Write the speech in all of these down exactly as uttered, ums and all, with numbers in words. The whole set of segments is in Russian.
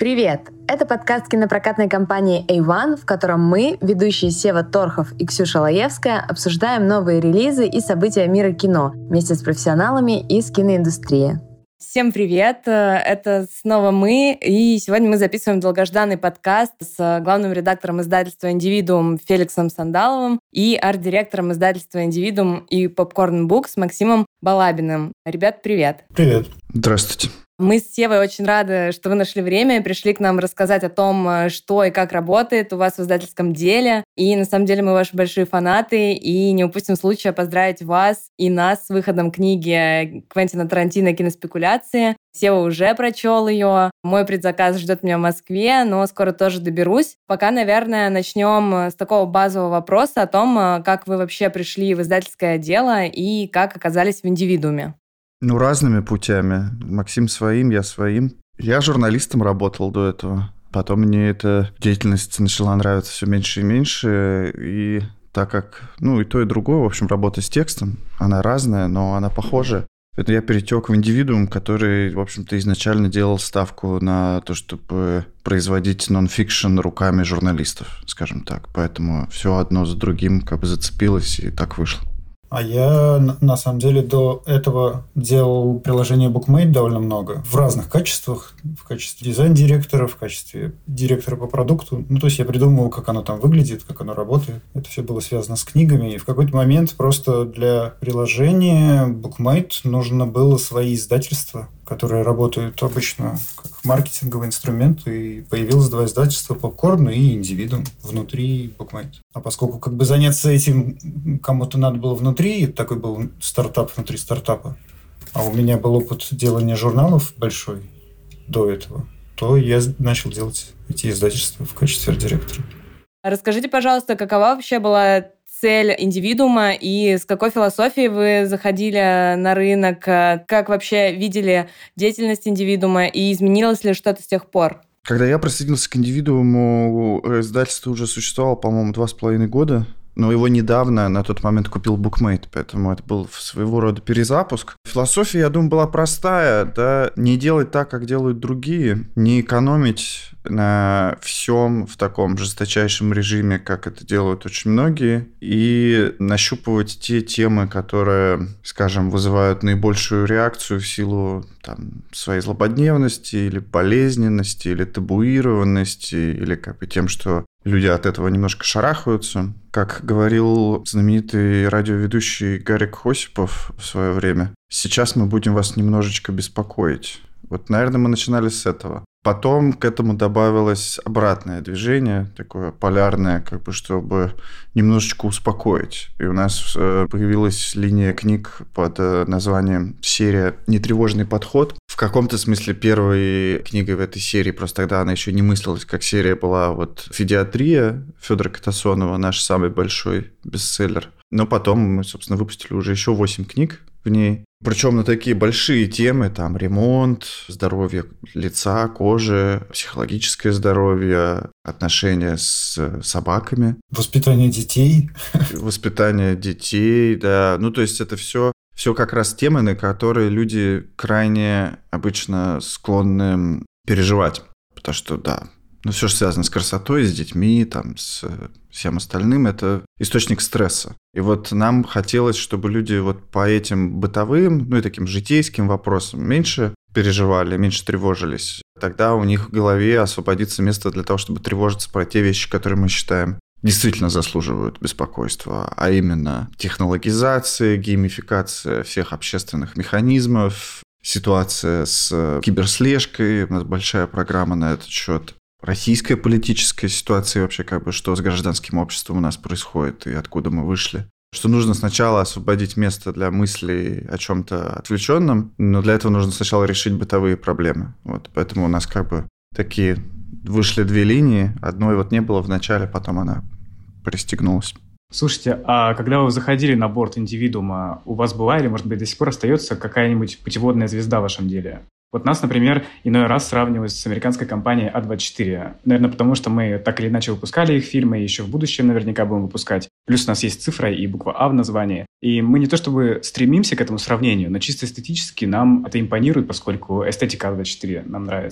Привет! Это подкаст кинопрокатной компании эй один, в котором мы, ведущие Сева Торхов и Ксюша Лаевская, обсуждаем новые релизы и события мира кино вместе с профессионалами из киноиндустрии. Всем привет! Это снова мы, и сегодня мы записываем долгожданный подкаст с главным редактором издательства «Индивидуум» Феликсом Сандаловым и арт-директором издательства «Индивидуум» и Popcorn Books Максимом Балабиным. Ребят, привет! Привет! Здравствуйте! Мы с Севой очень рады, что вы нашли время и пришли к нам рассказать о том, что и как работает у вас в издательском деле. И на самом деле мы ваши большие фанаты, и не упустим случая поздравить вас и нас с выходом книги Квентина Тарантино «Киноспекуляции». Сева уже прочел ее. Мой предзаказ ждет меня в Москве, но скоро тоже доберусь. Пока, наверное, начнем с такого базового вопроса о том, как вы вообще пришли в издательское дело и как оказались в «Индивидууме». Ну, разными путями. Максим своим, я своим. Я журналистом работал до этого. Потом мне эта деятельность начала нравиться все меньше и меньше. И так как, ну, и то, и другое, в общем, работа с текстом, она разная, но она похожа. Это я перетек в «Индивидуум», который, в общем-то, изначально делал ставку на то, чтобы производить нон-фикшн руками журналистов, скажем так. Поэтому все одно за другим как бы зацепилось, и так вышло. А я, на самом деле, до этого делал приложение BookMate довольно много. В разных качествах. В качестве дизайн-директора, в качестве директора по продукту. Ну, то есть я придумывал, как оно там выглядит, как оно работает. Это все было связано с книгами. И в какой-то момент просто для приложения BookMate нужно было свои издательства, которые работают обычно как маркетинговый инструмент. И появилось два издательства: Popcorn и «Индивидуум» внутри BookMate. А поскольку как бы заняться этим кому-то надо было внутри, такой был стартап внутри стартапа, а у меня был опыт делания журналов большой до этого, то я начал делать эти издательства в качестве арт-директора. Расскажите, пожалуйста, какова вообще была цель «Индивидуума» и с какой философией вы заходили на рынок? Как вообще видели деятельность «Индивидуума» и изменилось ли что-то с тех пор? Когда я присоединился к «Индивидууму», издательство уже существовало, по-моему, два с половиной года. Но его недавно, на тот момент, купил BookMate, поэтому это был своего рода перезапуск. Философия, я думаю, была простая, да, не делать так, как делают другие, не экономить на всем в таком жесточайшем режиме, как это делают очень многие, и нащупывать те темы, которые, скажем, вызывают наибольшую реакцию в силу там, своей злободневности или болезненности, или табуированности, или как бы тем, что люди от этого немножко шарахаются. Как говорил знаменитый радиоведущий Гарик Хосипов в свое время, сейчас мы будем вас немножечко беспокоить. Вот, наверное, мы начинали с этого. Потом к этому добавилось обратное движение, такое полярное, как бы, чтобы немножечко успокоить. И у нас появилась линия книг под названием «Серия «Нетревожный подход». В каком-то смысле первой книгой в этой серии, просто тогда она еще не мыслилась как серия, была вот «Федиатрия» Федора Катасонова, наш самый большой бестселлер. Но потом мы, собственно, выпустили уже еще восемь книг в ней. Причем на такие большие темы, там ремонт, здоровье лица, кожи, психологическое здоровье, отношения с собаками. Воспитание детей. Воспитание детей, да. Ну, то есть это все, все как раз темы, на которые люди крайне обычно склонны переживать. Потому что, да, ну, все, что связано с красотой, с детьми, там, с всем остальным, это источник стресса. И вот нам хотелось, чтобы люди вот по этим бытовым, ну и таким житейским вопросам меньше переживали, меньше тревожились. Тогда у них в голове освободится место для того, чтобы тревожиться про те вещи, которые мы считаем действительно заслуживают беспокойства, а именно технологизация, геймификация всех общественных механизмов, ситуация с киберслежкой, у нас большая программа на этот счет. Российская политическая ситуация, вообще как бы что с гражданским обществом у нас происходит и откуда мы вышли. Что нужно сначала освободить место для мыслей о чем-то отвлеченном, но для этого нужно сначала решить бытовые проблемы. Вот, поэтому у нас как бы такие вышли две линии. Одной вот не было в начале, потом она пристегнулась. Слушайте, а когда вы заходили на борт «Индивидуума», у вас была или, может быть, до сих пор остается какая-нибудь путеводная звезда в вашем деле? Вот нас, например, иной раз сравнивают с американской компанией а двадцать четыре. Наверное, потому что мы так или иначе выпускали их фильмы, и еще в будущем наверняка будем выпускать. Плюс у нас есть цифра и буква А в названии. И мы не то чтобы стремимся к этому сравнению, но чисто эстетически нам это импонирует, поскольку эстетика а двадцать четыре нам нравится.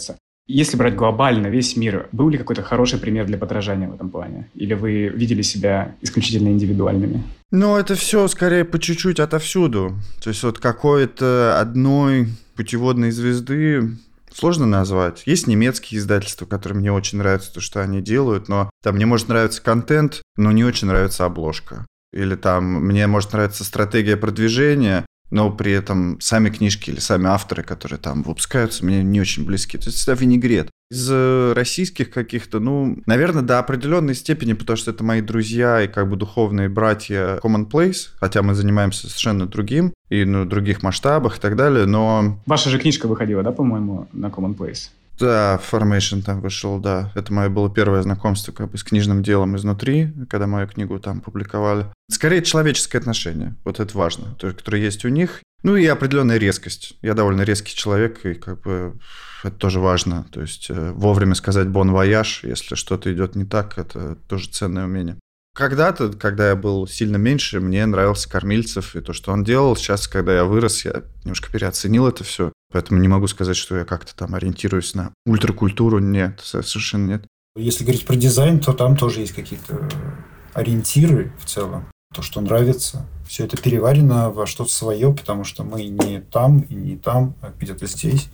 Если брать глобально весь мир, был ли какой-то хороший пример для подражания в этом плане? Или вы видели себя исключительно индивидуальными? Ну, это все скорее по чуть-чуть отовсюду. То есть вот какой-то одной путеводной звезды сложно назвать. Есть немецкие издательства, которые мне очень нравятся, то, что они делают, но там мне может нравиться контент, но не очень нравится обложка. Или там мне может нравиться стратегия продвижения, но при этом сами книжки или сами авторы, которые там выпускаются, мне не очень близки. То есть всегда винегрет. Из российских каких-то, ну, наверное, до определенной степени, потому что это мои друзья и как бы духовные братья Commonplace, хотя мы занимаемся совершенно другим и на ну, других масштабах и так далее, но... Ваша же книжка выходила, да, по-моему, на Commonplace? Да, Formation там вышел, да. Это мое было первое знакомство как бы с книжным делом изнутри, когда мою книгу там публиковали. Скорее, человеческое отношение, вот это важно, то, которое есть у них. Ну и определенная резкость. Я довольно резкий человек, и как бы это тоже важно. То есть вовремя сказать «bon voyage», если что-то идет не так, это тоже ценное умение. Когда-то, когда я был сильно меньше, мне нравился Кормильцев и то, что он делал. Сейчас, когда я вырос, я немножко переоценил это все. Поэтому не могу сказать, что я как-то там ориентируюсь на ультракультуру. Нет, совершенно нет. Если говорить про дизайн, то там тоже есть какие-то ориентиры в целом. То, что нравится. Все это переварено во что-то свое, потому что мы не там и не там, а где-то здесь.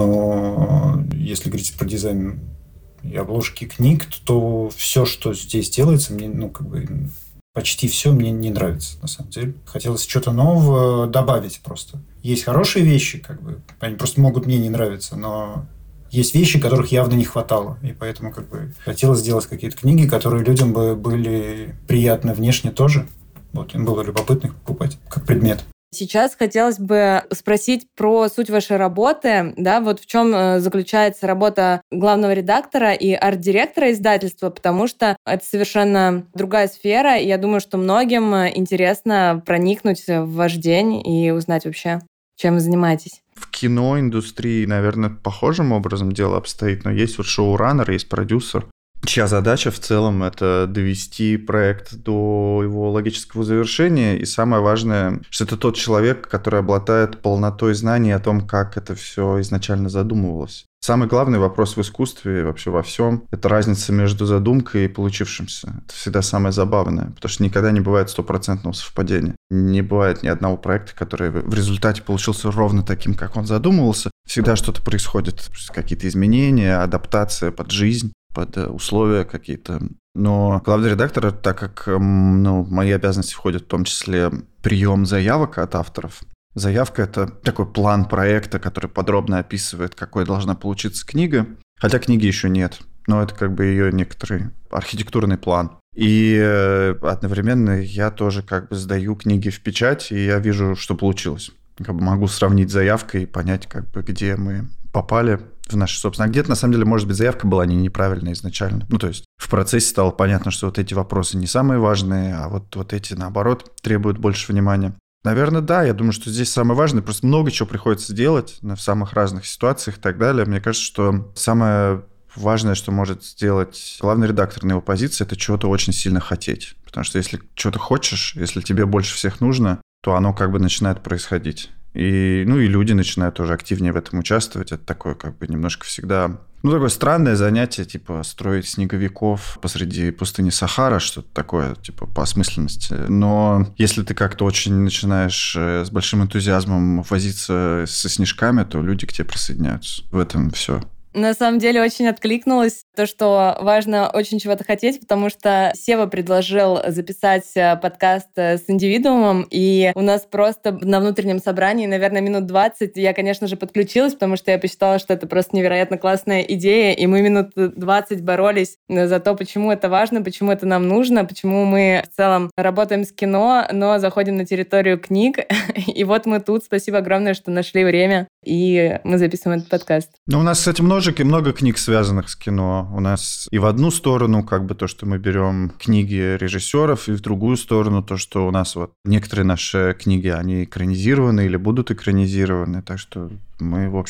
Но если говорить про дизайн и обложки книг, то все, что здесь делается, мне, ну, как бы, почти все мне не нравится, на самом деле. Хотелось что-то нового добавить просто. Есть хорошие вещи, как бы, они просто могут мне не нравиться, но есть вещи, которых явно не хватало. И поэтому, как бы, хотелось сделать какие-то книги, которые людям бы были приятны внешне тоже. Вот, им было любопытно их покупать как предмет. Сейчас хотелось бы спросить про суть вашей работы, да, вот в чем заключается работа главного редактора и арт-директора издательства, потому что это совершенно другая сфера, и я думаю, что многим интересно проникнуть в ваш день и узнать вообще, чем вы занимаетесь. В киноиндустрии, наверное, похожим образом дело обстоит, но есть вот шоураннер, есть продюсер, чья задача в целом – это довести проект до его логического завершения. И самое важное, что это тот человек, который обладает полнотой знаний о том, как это все изначально задумывалось. Самый главный вопрос в искусстве и вообще во всем – это разница между задумкой и получившимся. Это всегда самое забавное, потому что никогда не бывает стопроцентного совпадения. Не бывает ни одного проекта, который в результате получился ровно таким, как он задумывался. Всегда что-то происходит, какие-то изменения, адаптация под жизнь, под условия какие-то. Но главный редактор, так как ну, в мои обязанности входит в том числе прием заявок от авторов. Заявка – это такой план проекта, который подробно описывает, какой должна получиться книга. Хотя книги еще нет, но это как бы ее некоторый архитектурный план. И одновременно я тоже как бы сдаю книги в печать, и я вижу, что получилось. Как бы могу сравнить заявкой и понять, как бы, где мы попали в наши собственные. А где-то, на самом деле, может быть, заявка была не неправильная изначально. Ну, то есть в процессе стало понятно, что вот эти вопросы не самые важные, а вот, вот эти, наоборот, требуют больше внимания. Наверное, да. Я думаю, что здесь самое важное. Просто много чего приходится делать в самых разных ситуациях и так далее. Мне кажется, что самое важное, что может сделать главный редактор на его позиции, это чего-то очень сильно хотеть. Потому что если чего-то хочешь, если тебе больше всех нужно, то оно как бы начинает происходить. И, ну, и люди начинают тоже активнее в этом участвовать. Это такое как бы немножко всегда... Ну, такое странное занятие, типа строить снеговиков посреди пустыни Сахара, что-то такое, типа по осмысленности. Но если ты как-то очень начинаешь с большим энтузиазмом возиться со снежками, то люди к тебе присоединяются. В этом все. На самом деле очень откликнулось то, что важно очень чего-то хотеть, потому что Сева предложил записать подкаст с индивидуумом, и у нас просто на внутреннем собрании, наверное, минут двадцать я, конечно же, подключилась, потому что я посчитала, что это просто невероятно классная идея, и мы минут двадцать боролись за то, почему это важно, почему это нам нужно, почему мы в целом работаем с кино, но заходим на территорию книг, и вот мы тут. Спасибо огромное, что нашли время, и мы записываем этот подкаст. Ну, у нас, кстати, много и много книг, связанных с кино. У нас и в одну сторону как бы то, что мы берем книги режиссеров, и в другую сторону то, что у нас вот некоторые наши книги, они экранизированы или будут экранизированы. Так что мы, в общем-то,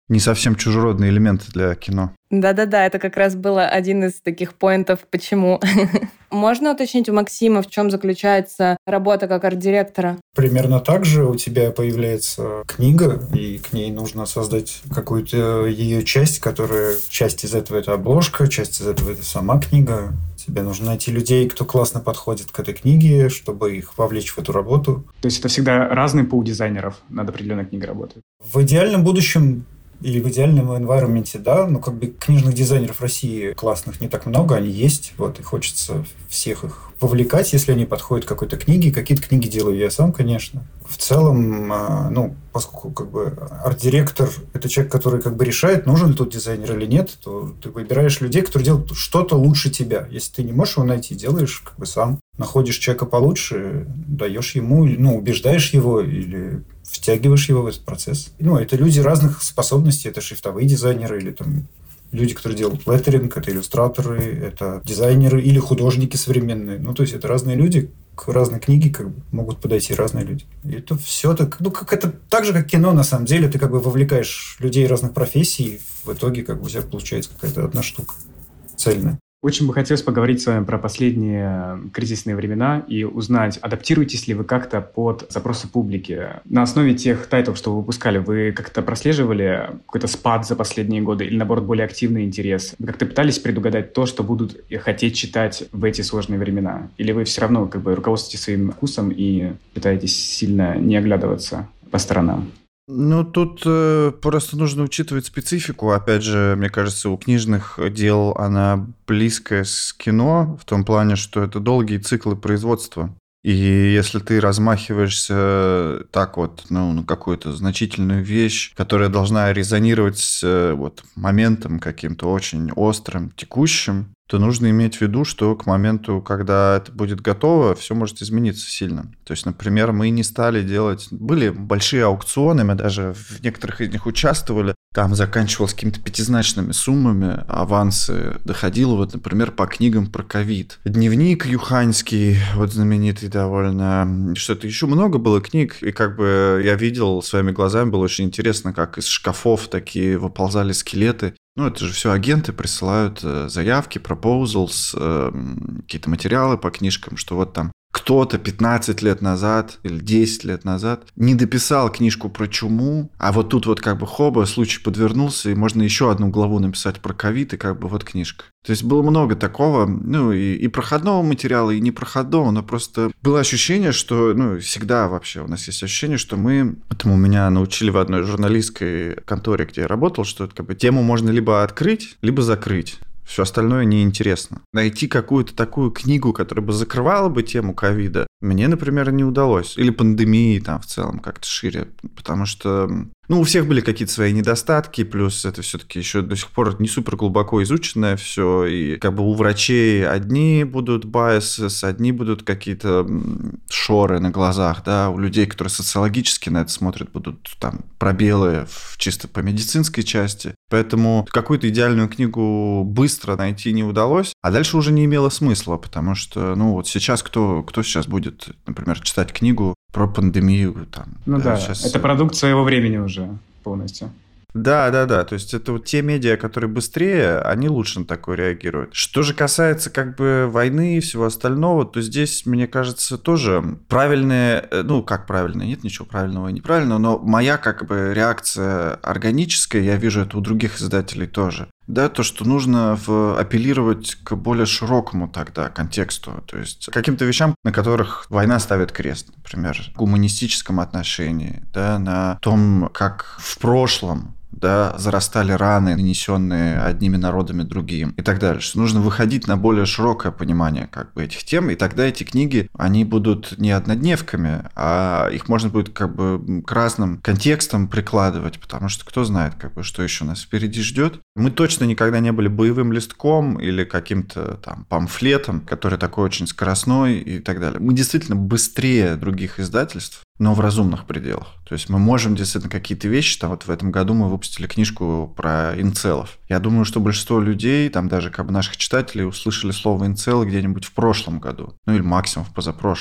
не совсем чужеродные элементы для кино. Да-да-да, это как раз было один из таких поинтов, почему. Можно уточнить у Максима, в чем заключается работа как арт-директора? Примерно так же у тебя появляется книга, и к ней нужно создать какую-то ее часть, которая... Часть из этого — это обложка, часть из этого — это сама книга. Тебе нужно найти людей, кто классно подходит к этой книге, чтобы их вовлечь в эту работу. То есть это всегда разный пул дизайнеров над определенной книгой работает? В идеальном будущем или в идеальном environment, да, ну, как бы книжных дизайнеров России классных не так много, они есть, вот, и хочется всех их вовлекать, если они подходят к какой-то книге. Какие-то книги делаю я сам, конечно. В целом, ну, поскольку как бы арт-директор – это человек, который как бы решает, нужен ли тут дизайнер или нет, то ты выбираешь людей, которые делают что-то лучше тебя. Если ты не можешь его найти, делаешь как бы сам. Находишь человека получше, даешь ему, ну, убеждаешь его или втягиваешь его в этот процесс. Ну, это люди разных способностей. Это шрифтовые дизайнеры или там люди, которые делают леттеринг, это иллюстраторы, это дизайнеры или художники современные. Ну, то есть это разные люди, к разной книге как бы могут подойти разные люди. И это все так, ну, как это так же, как кино, на самом деле. Ты как бы вовлекаешь людей разных профессий, и в итоге как бы у тебя получается какая-то одна штука цельная. Очень бы хотелось поговорить с вами про последние кризисные времена и узнать, адаптируетесь ли вы как-то под запросы публики. На основе тех тайтлов, что вы выпускали, вы как-то прослеживали какой-то спад за последние годы или, наоборот, более активный интерес? Вы как-то пытались предугадать то, что будут хотеть читать в эти сложные времена? Или вы все равно как бы руководствуетесь своим вкусом и пытаетесь сильно не оглядываться по сторонам? Ну, тут э, просто нужно учитывать специфику. Опять же, мне кажется, у книжных дел она близкая с кино, в том плане, что это долгие циклы производства. И если ты размахиваешься так вот, ну, на какую-то значительную вещь, которая должна резонировать с вот, моментом каким-то очень острым, текущим, то нужно иметь в виду, что к моменту, когда это будет готово, все может измениться сильно. То есть, например, мы не стали делать... Были большие аукционы, мы даже в некоторых из них участвовали. Там заканчивалось какими-то пятизначными суммами, авансы. Доходило, вот, например, по книгам про ковид. Дневник юханьский, вот знаменитый довольно. Что-то еще много было книг, и как бы я видел своими глазами, было очень интересно, как из шкафов такие выползали скелеты. Ну, это же все агенты присылают заявки, proposals, какие-то материалы по книжкам, что вот там кто-то пятнадцать лет назад или десять лет назад не дописал книжку про чуму, а вот тут вот как бы хоба, случай подвернулся, и можно еще одну главу написать про ковид, и как бы вот книжка. То есть было много такого, ну, и, и проходного материала, и непроходного, но просто было ощущение, что, ну, всегда вообще у нас есть ощущение, что мы, этому меня научили в одной журналистской конторе, где я работал, что это как бы тему можно либо открыть, либо закрыть. Все остальное неинтересно. Найти какую-то такую книгу, которая бы закрывала бы тему ковида, мне, например, не удалось. Или пандемии там в целом как-то шире. Потому что, ну, у всех были какие-то свои недостатки, плюс это все-таки еще до сих пор не супер глубоко изученное все. И как бы у врачей одни будут biases, одни будут какие-то шоры на глазах, да, у людей, которые социологически на это смотрят, будут там пробелы в, чисто по медицинской части. Поэтому какую-то идеальную книгу быстро найти не удалось, а дальше уже не имело смысла, потому что, ну, вот сейчас кто, кто сейчас будет, например, читать книгу про пандемию? Там, ну да, да сейчас... это продукт своего времени уже полностью. Да, да, да. То есть это вот те медиа, которые быстрее, они лучше на такое реагируют. Что же касается как бы войны и всего остального, то здесь, мне кажется, тоже правильные, ну как правильные, нет ничего правильного и неправильного, но моя как бы реакция органическая, я вижу это у других издателей тоже. Да, то, что нужно в, апеллировать к более широкому тогда контексту, то есть каким-то вещам, на которых война ставит крест, например, в гуманистическом отношении, да, на том, как в прошлом, да, зарастали раны, нанесенные одними народами другим и так далее. Что нужно выходить на более широкое понимание как бы этих тем, и тогда эти книги, они будут не однодневками, а их можно будет как бы к разным контекстам прикладывать, потому что кто знает, как бы, что еще нас впереди ждет. Мы точно никогда не были боевым листком или каким-то там памфлетом, который такой очень скоростной и так далее. Мы действительно быстрее других издательств, но в разумных пределах. То есть мы можем действительно какие-то вещи, там вот в этом году мы выпустили книжку про инцелов. Я думаю, что большинство людей, там даже как бы наших читателей, услышали слово инцелы где-нибудь в прошлом году, ну или максимум в позапрошлом.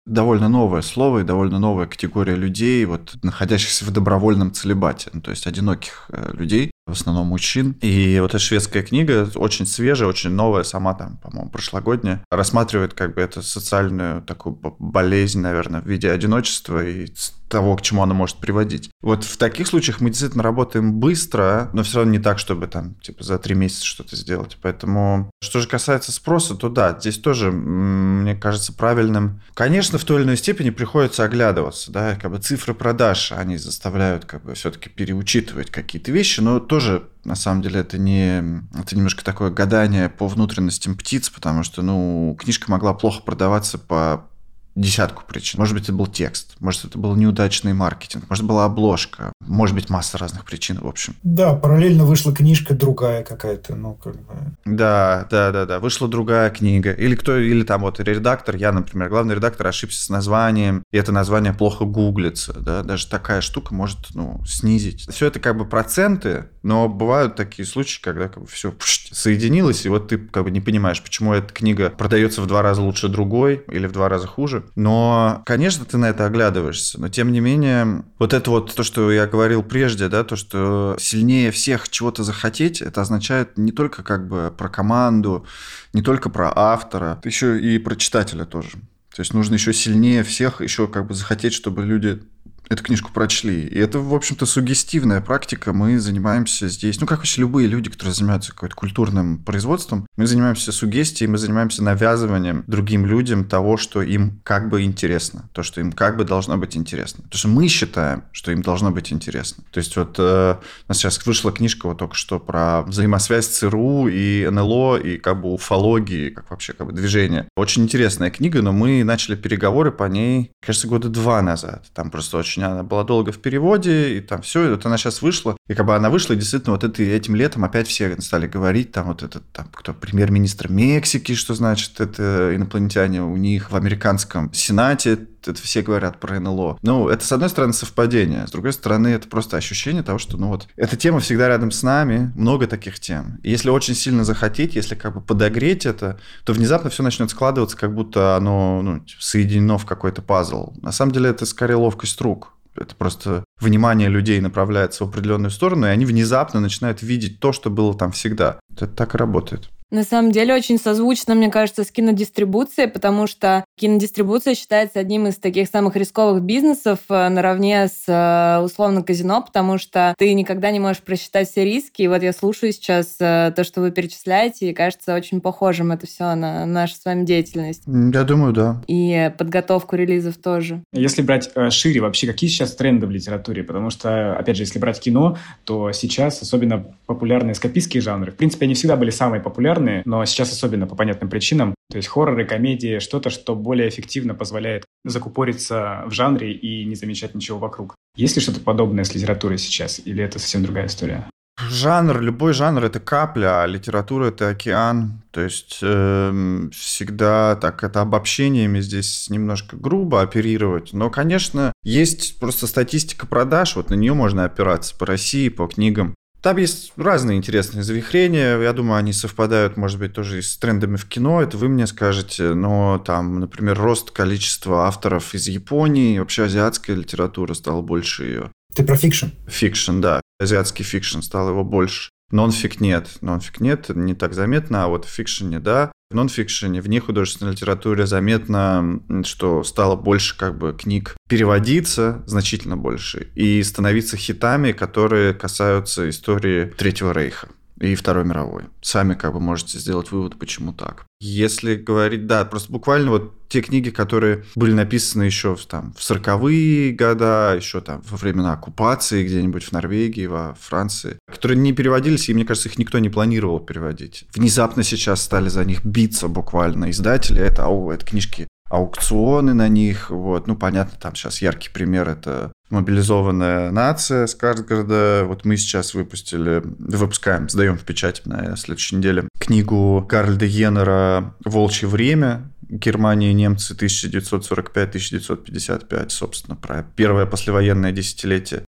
довольно новое слово и довольно новая категория людей, вот, находящихся в добровольном целибате, ну, то есть одиноких э, людей, в основном мужчин. И вот эта шведская книга очень свежая, очень новая, сама там, по-моему, прошлогодняя, рассматривает как бы эту социальную такую болезнь, наверное, в виде одиночества и того, к чему она может приводить. Вот в таких случаях мы действительно работаем быстро, но все равно не так, чтобы там типа за три месяца что-то сделать. Поэтому, что же касается спроса, то да, здесь тоже, мне кажется, правильным. Конечно, в той или иной степени приходится оглядываться, да, как бы цифры продаж, они заставляют как бы все-таки переучитывать какие-то вещи, но тоже на самом деле это не, это немножко такое гадание по внутренностям птиц, потому что, ну, книжка могла плохо продаваться по десятку причин. Может быть, это был текст, может, это был неудачный маркетинг, может, была обложка, может быть, масса разных причин, в общем. Да, параллельно вышла книжка другая какая-то, ну, как бы... Да, да, да, да, вышла другая книга. Или кто, или там вот редактор, я, например, главный редактор ошибся с названием, и это название плохо гуглится, да, даже такая штука может, ну, снизить. Все это как бы проценты, но бывают такие случаи, когда как бы все соединилось, и вот ты как бы не понимаешь, почему эта книга продается в два раза лучше другой или в два раза хуже. Но, конечно, ты на это оглядываешься, но тем не менее, вот это вот то, что я говорил прежде, да, то, что сильнее всех чего-то захотеть, это означает не только как бы про команду, не только про автора, еще и про читателя тоже. То есть нужно еще сильнее всех еще как бы захотеть, чтобы люди эту книжку прочли. И это, в общем-то, суггестивная практика. Мы занимаемся здесь, ну, как вообще любые люди, которые занимаются каким-то культурным производством, мы занимаемся суггестией, мы занимаемся навязыванием другим людям того, что им как бы интересно, то, что им как бы должно быть интересно. Потому что мы считаем, что им должно быть интересно. То есть вот э, у нас сейчас вышла книжка вот только что про взаимосвязь ЦРУ и эн эл о, и как бы уфологии, как вообще как бы движение. Очень интересная книга, но мы начали переговоры по ней, кажется, года два назад. Там просто очень она была долго в переводе, и там все, и вот она сейчас вышла, и как бы она вышла, и действительно вот это, этим летом опять все стали говорить, там вот этот, там, кто, премьер-министр Мексики, что значит, это инопланетяне у них в американском сенате, это все говорят про эн эл о. Ну, это, с одной стороны, совпадение, с другой стороны, это просто ощущение того, что, ну вот, эта тема всегда рядом с нами, много таких тем. И если очень сильно захотеть, если как бы подогреть это, то внезапно все начнет складываться, как будто оно, ну, соединено в какой-то пазл. На самом деле, это скорее ловкость рук. Это просто внимание людей направляется в определенную сторону, и они внезапно начинают видеть то, что было там всегда. Это так и работает. На самом деле очень созвучно, мне кажется, с кинодистрибуцией, потому что кинодистрибуция считается одним из таких самых рисковых бизнесов наравне с, условно, казино, потому что ты никогда не можешь просчитать все риски. И вот я слушаю сейчас то, что вы перечисляете, и кажется очень похожим это все на нашу с вами деятельность. Я думаю, да. И подготовку релизов тоже. Если брать шире, вообще какие сейчас тренды в литературе? Потому что, опять же, если брать кино, то сейчас особенно популярны эскапистские жанры. В принципе, они всегда были самые популярные, но сейчас особенно по понятным причинам. То есть хорроры, комедии, что-то, что более эффективно позволяет закупориться в жанре и не замечать ничего вокруг. Есть ли что-то подобное с литературой сейчас, или это совсем другая история? Жанр, любой жанр – это капля, а литература – это океан. То есть э, всегда так, это обобщениями здесь немножко грубо оперировать. Но, конечно, есть просто статистика продаж, вот на нее можно опираться по России, по книгам. Там есть разные интересные завихрения, я думаю, они совпадают, может быть, тоже и с трендами в кино, это вы мне скажете, но там, например, рост количества авторов из Японии, вообще азиатская литература стала больше ее. Ты про фикшн? Фикшн, да, азиатский фикшн стал его больше. Нонфик нет, нонфик нет, не так заметно, а вот в фикшене, да. В нонфикшене, в нехудожественной литературе заметно, что стало больше как бы книг переводиться, значительно больше, и становиться хитами, которые касаются истории Третьего Рейха и Второй мировой. Сами как бы можете сделать вывод, почему так. Если говорить, да, просто буквально вот те книги, которые были написаны еще там, в сороковые годы, еще там во времена оккупации где-нибудь в Норвегии, во Франции, которые не переводились, и, мне кажется, их никто не планировал переводить. Внезапно сейчас стали за них биться буквально издатели. Это, о, это книжки, аукционы на них. Вот. Ну, понятно, там сейчас яркий пример – это «Мобилизованная нация» Скарсгарда. Вот мы сейчас выпустили, выпускаем, сдаем в печать на следующей неделе книгу Гарльда Йеннера «Волчье время». Германия и немцы тысяча девятьсот сорок пять - тысяча девятьсот пятьдесят пять, собственно, про первое послевоенное десятилетие.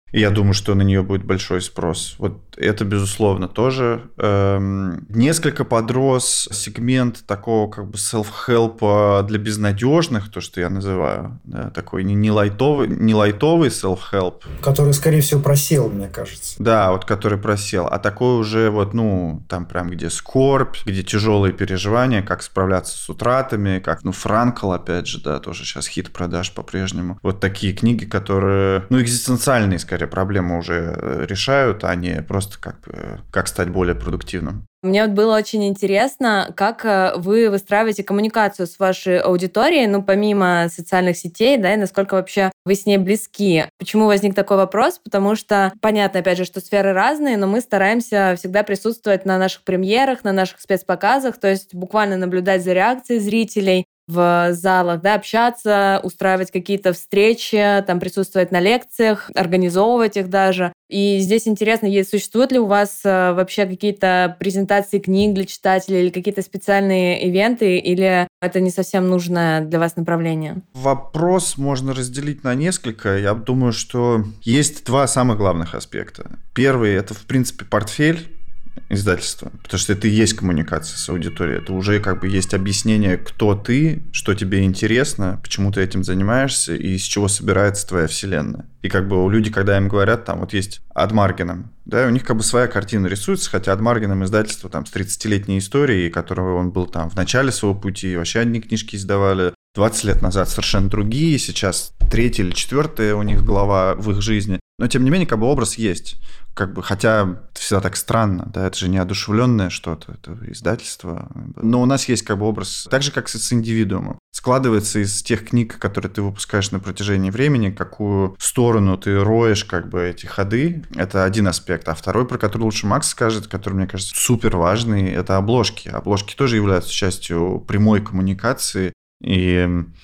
И я думаю, что на нее будет большой спрос. Вот это, безусловно, тоже. Эм, несколько подрос сегмент такого как бы self-help для безнадежных, то, что я называю, да, такой не, не, лайтовый, не лайтовый self-help. Который, скорее всего, просел, мне кажется. Да, вот который просел. А такой уже вот, ну, там прям где скорбь, где тяжелые переживания, как справляться с утратами, как, ну, Франкл, опять же, да, тоже сейчас хит продаж по-прежнему. Вот такие книги, которые, ну, экзистенциальные, скорее, проблемы уже решают, а не просто как бы, как стать более продуктивным. Мне вот было очень интересно, как вы выстраиваете коммуникацию с вашей аудиторией, ну, помимо социальных сетей, да, и насколько вообще вы с ней близки. Почему возник такой вопрос? Потому что понятно, опять же, что сферы разные, но мы стараемся всегда присутствовать на наших премьерах, на наших спецпоказах, то есть буквально наблюдать за реакцией зрителей в залах, да, общаться, устраивать какие-то встречи, там, присутствовать на лекциях, организовывать их даже. И здесь интересно, есть, существуют ли у вас вообще какие-то презентации книг для читателей или какие-то специальные ивенты, или это не совсем нужное для вас направление? Вопрос можно разделить на несколько. Я думаю, что есть два самых главных аспекта. Первый – это, в принципе, портфель издательства, потому что это и есть коммуникация с аудиторией, это уже как бы есть объяснение, кто ты, что тебе интересно, почему ты этим занимаешься и из чего собирается твоя вселенная. И как бы у людей, когда им говорят, там вот есть Ад Маргинам, да, у них как бы своя картина рисуется, хотя Ад Маргинам издательство там с тридцатилетней историей, которого он был там в начале своего пути, вообще одни книжки издавали двадцать лет назад, совершенно другие, сейчас третья или четвертая у них глава в их жизни. Но, тем не менее, как бы образ есть. Как бы, хотя это всегда так странно, да, это же неодушевленное что-то, это издательство. Но у нас есть как бы образ, так же, как и с индивидуумом. Складывается из тех книг, которые ты выпускаешь на протяжении времени, какую сторону ты роешь как бы эти ходы. Это один аспект. А второй, про который лучше Макс скажет, который, мне кажется, супер важный, это обложки. Обложки тоже являются частью прямой коммуникации. И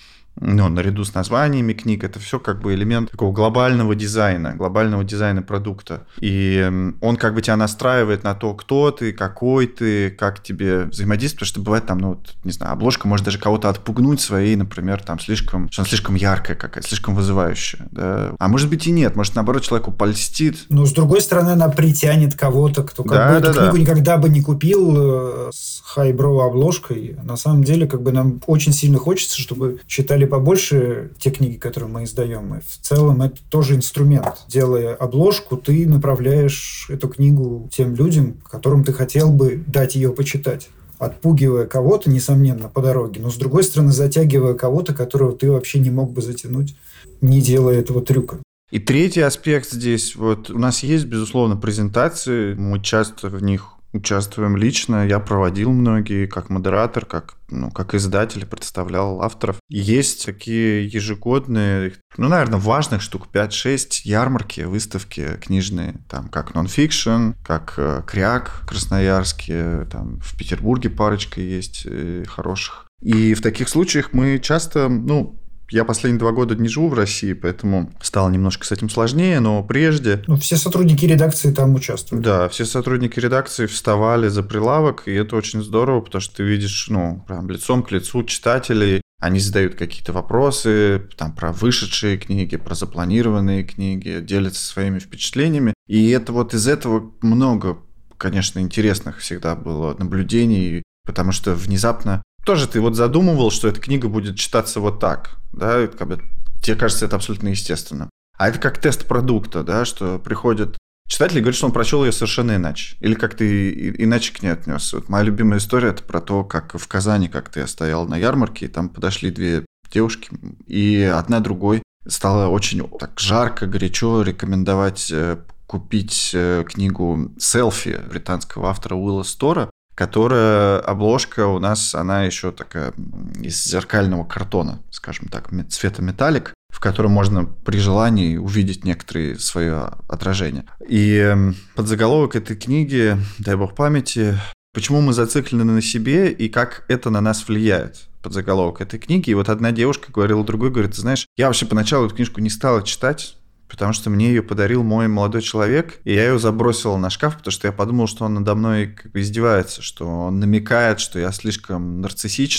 ну, наряду с названиями книг, это все как бы элемент такого глобального дизайна, глобального дизайна продукта. И он как бы тебя настраивает на то, кто ты, какой ты, как тебе взаимодействовать, потому что бывает там, ну, вот, не знаю, обложка может даже кого-то отпугнуть своей, например, там, слишком, что она слишком яркая какая-то, слишком вызывающая, да. А может быть и нет, может, наоборот, человеку польстит. Но, с другой стороны, она притянет кого-то, кто как да, бы да, эту да. книгу никогда бы не купил с хайброу обложкой. На самом деле, как бы нам очень сильно хочется, чтобы читали побольше те книги, которые мы издаем. И в целом это тоже инструмент. Делая обложку, ты направляешь эту книгу тем людям, которым ты хотел бы дать ее почитать. Отпугивая кого-то, несомненно, по дороге, но, с другой стороны, затягивая кого-то, которого ты вообще не мог бы затянуть, не делая этого трюка. И третий аспект здесь, вот у нас есть, безусловно, презентации, мы часто в них участвуем лично, я проводил многие, как модератор, как, ну, как издатель, представлял авторов. Есть такие ежегодные, ну, наверное, важных штук пять-шесть ярмарки, выставки книжные, там, как нон-фикшн, как э, Кряк красноярский, там, в Петербурге парочка есть э, хороших. И в таких случаях мы часто, ну, я последние два года не живу в России, поэтому стало немножко с этим сложнее, но прежде... Ну, все сотрудники редакции там участвуют. Да, все сотрудники редакции вставали за прилавок, и это очень здорово, потому что ты видишь, ну, прям лицом к лицу читателей, они задают какие-то вопросы там, про вышедшие книги, про запланированные книги, делятся своими впечатлениями, и это вот из этого много, конечно, интересных всегда было наблюдений, потому что внезапно тоже ты вот задумывал, что эта книга будет читаться вот так, да, как бы тебе кажется это абсолютно естественным. А это как тест продукта, да, что приходит читатель и говорит, что он прочел ее совершенно иначе, или как ты иначе к ней отнесся. Вот моя любимая история – это про то, как в Казани как-то я стоял на ярмарке, и там подошли две девушки, и одна другой стала очень так жарко, горячо рекомендовать купить книгу «Селфи» британского автора Уилла Стора, которая обложка у нас, она еще такая из зеркального картона, скажем так, цвета металлик, в котором можно при желании увидеть некоторые свое отражение. И подзаголовок этой книги, дай бог памяти, «Почему мы зациклены на себе и как это на нас влияет». Подзаголовок этой книги. И вот одна девушка говорила другой, говорит, ты знаешь, я вообще поначалу эту книжку не стала читать, потому что мне ее подарил мой молодой человек, и я ее забросила на шкаф, потому что я подумал, что он надо мной как бы издевается, что он намекает, что я слишком нарциссична,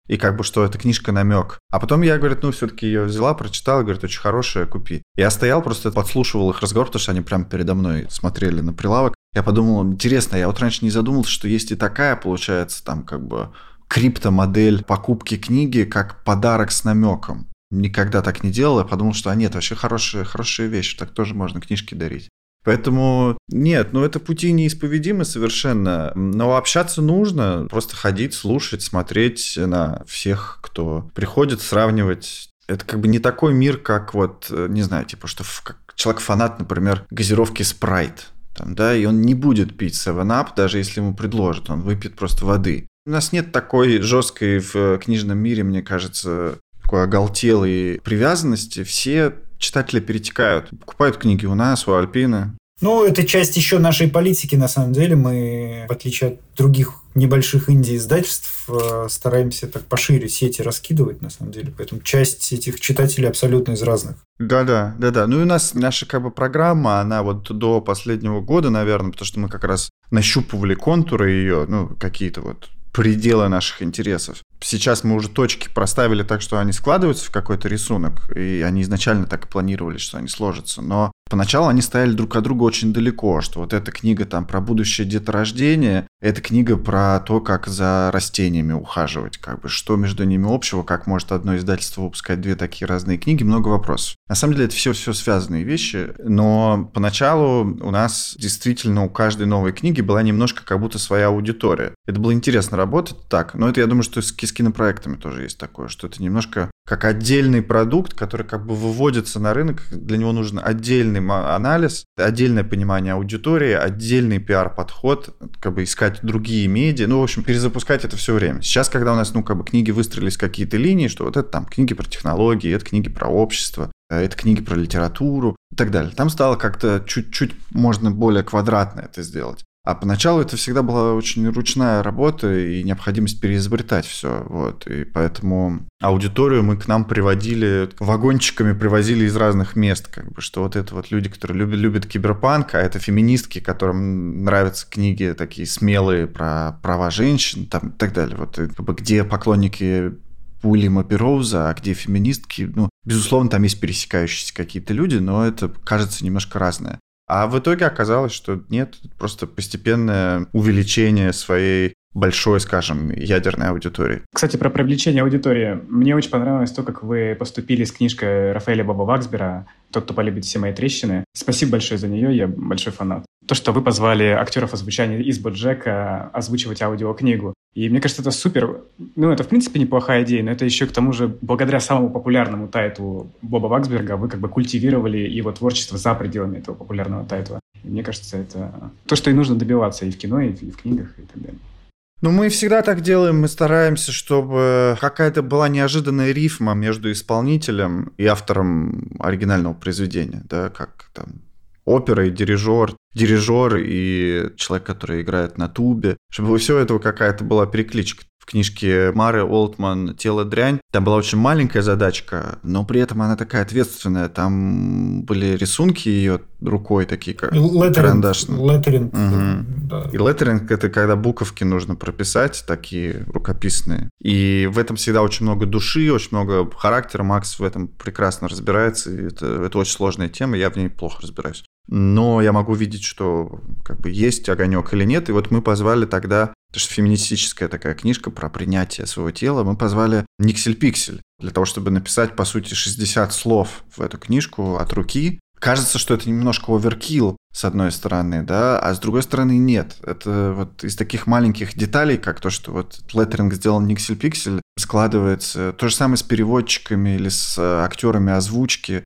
И как бы, что эта книжка намек. А потом я, говорит, ну, все-таки ее взяла, прочитала, говорит, очень хорошая, купи. Я стоял, просто подслушивал их разговор, потому что они прямо передо мной смотрели на прилавок. Я подумал, интересно, я вот раньше не задумался, что есть и такая, получается, там как бы криптомодель покупки книги, как подарок с намеком. Никогда так не делал, я подумал, что а нет, вообще хорошая, хорошая вещь, так тоже можно книжки дарить. Поэтому нет, ну это пути неисповедимы совершенно, но общаться нужно, просто ходить, слушать, смотреть на всех, кто приходит, сравнивать. Это как бы не такой мир, как вот, не знаю, типа, что как человек-фанат, например, газировки Sprite, там, да, и он не будет пить севен ап, даже если ему предложат, он выпьет просто воды. У нас нет такой жесткой в книжном мире, мне кажется, такой оголтелой привязанности. Все читатели перетекают, покупают книги у нас, у Альпины. Ну, это часть еще нашей политики, на самом деле. Мы, в отличие от других небольших инди-издательств, стараемся так пошире сети раскидывать, на самом деле. Поэтому часть этих читателей абсолютно из разных. Да-да, да-да. Ну и у нас наша как бы программа, она вот до последнего года, наверное, потому что мы как раз нащупывали контуры ее, ну, какие-то вот пределы наших интересов. Сейчас мы уже точки проставили так, что они складываются в какой-то рисунок, и они изначально так и планировали, что они сложатся. Но поначалу они стояли друг от друга очень далеко, что вот эта книга там про будущее деторождение, эта книга про то, как за растениями ухаживать, как бы, что между ними общего, как может одно издательство выпускать две такие разные книги, много вопросов. На самом деле это все-все связанные вещи, но поначалу у нас действительно у каждой новой книги была немножко как будто своя аудитория. Это было интересно работать так, но это, я думаю, что с с кинопроектами тоже есть такое, что это немножко как отдельный продукт, который как бы выводится на рынок, для него нужен отдельный анализ, отдельное понимание аудитории, отдельный пиар-подход, как бы искать другие медиа, ну, в общем, перезапускать это все время. Сейчас, когда у нас, ну, как бы книги выстроились какие-то линии, что вот это там книги про технологии, это книги про общество, это книги про литературу и так далее. Там стало как-то чуть-чуть можно более квадратно это сделать. А поначалу это всегда была очень ручная работа и необходимость переизобретать все. Вот. И поэтому аудиторию мы к нам приводили, вагончиками привозили из разных мест. Как бы, что вот это вот люди, которые любят, любят киберпанк, а это феминистки, которым нравятся книги такие смелые про права женщин там, и так далее. Вот, как бы, где поклонники Уильяма Перроуза, а где феминистки. Ну, безусловно, там есть пересекающиеся какие-то люди, но это кажется немножко разное. А в итоге оказалось, что нет, просто постепенное увеличение своей большой, скажем, ядерной аудитории. Кстати, про привлечение аудитории. Мне очень понравилось то, как вы поступили с книжкой Рафаэля Боба-Ваксбера «Тот, кто полюбит все мои трещины». Спасибо большое за нее, я большой фанат. То, что вы позвали актеров озвучания из «Боджека» озвучивать аудиокнигу. И мне кажется, это супер. Ну, это, в принципе, неплохая идея, но это еще, к тому же, благодаря самому популярному тайтлу Боба Ваксберга вы как бы культивировали его творчество за пределами этого популярного тайтла. И мне кажется, это то, что и нужно добиваться и в кино, и в книгах, и так далее. Ну, мы всегда так делаем, мы стараемся, чтобы какая-то была неожиданная рифма между исполнителем и автором оригинального произведения, да, как там опера и дирижер, дирижер и человек, который играет на тубе, чтобы у всего этого какая-то была перекличка. В книжке Мары Олтман «Тело дрянь» там была очень маленькая задачка, но при этом она такая ответственная. Там были рисунки ее рукой такие, как карандашные. Леттеринг. Угу. Да. И леттеринг – это когда буковки нужно прописать, такие рукописные. И в этом всегда очень много души, очень много характера. Макс в этом прекрасно разбирается. И это, это очень сложная тема, я в ней плохо разбираюсь. Но я могу видеть, что как бы есть огонек или нет. И вот мы позвали тогда, это же феминистическая такая книжка про принятие своего тела, мы позвали Никсель Пиксель для того, чтобы написать, по сути, шестьдесят слов в эту книжку от руки. Кажется, что это немножко оверкилл, с одной стороны, да, а с другой стороны нет. Это вот из таких маленьких деталей, как то, что вот леттеринг сделал Никсель Пиксель, складывается. То же самое с переводчиками или с актерами озвучки.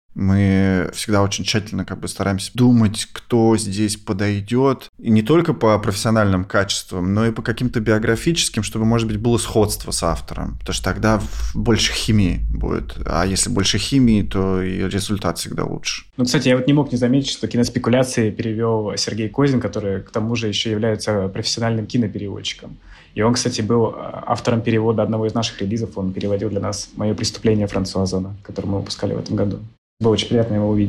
Мы всегда очень тщательно как бы стараемся думать, кто здесь подойдет. И не только по профессиональным качествам, но и по каким-то биографическим, чтобы, может быть, было сходство с автором. Потому что тогда больше химии будет. А если больше химии, то и результат всегда лучше. Ну, кстати, я вот не мог не заметить, что киноспекуляции перевел Сергей Козин, который, к тому же, еще является профессиональным кинопереводчиком. И он, кстати, был автором перевода одного из наших релизов. Он переводил для нас «Мое преступление» Франсуа Озона, которое мы выпускали в этом году. Было очень приятно его увидеть.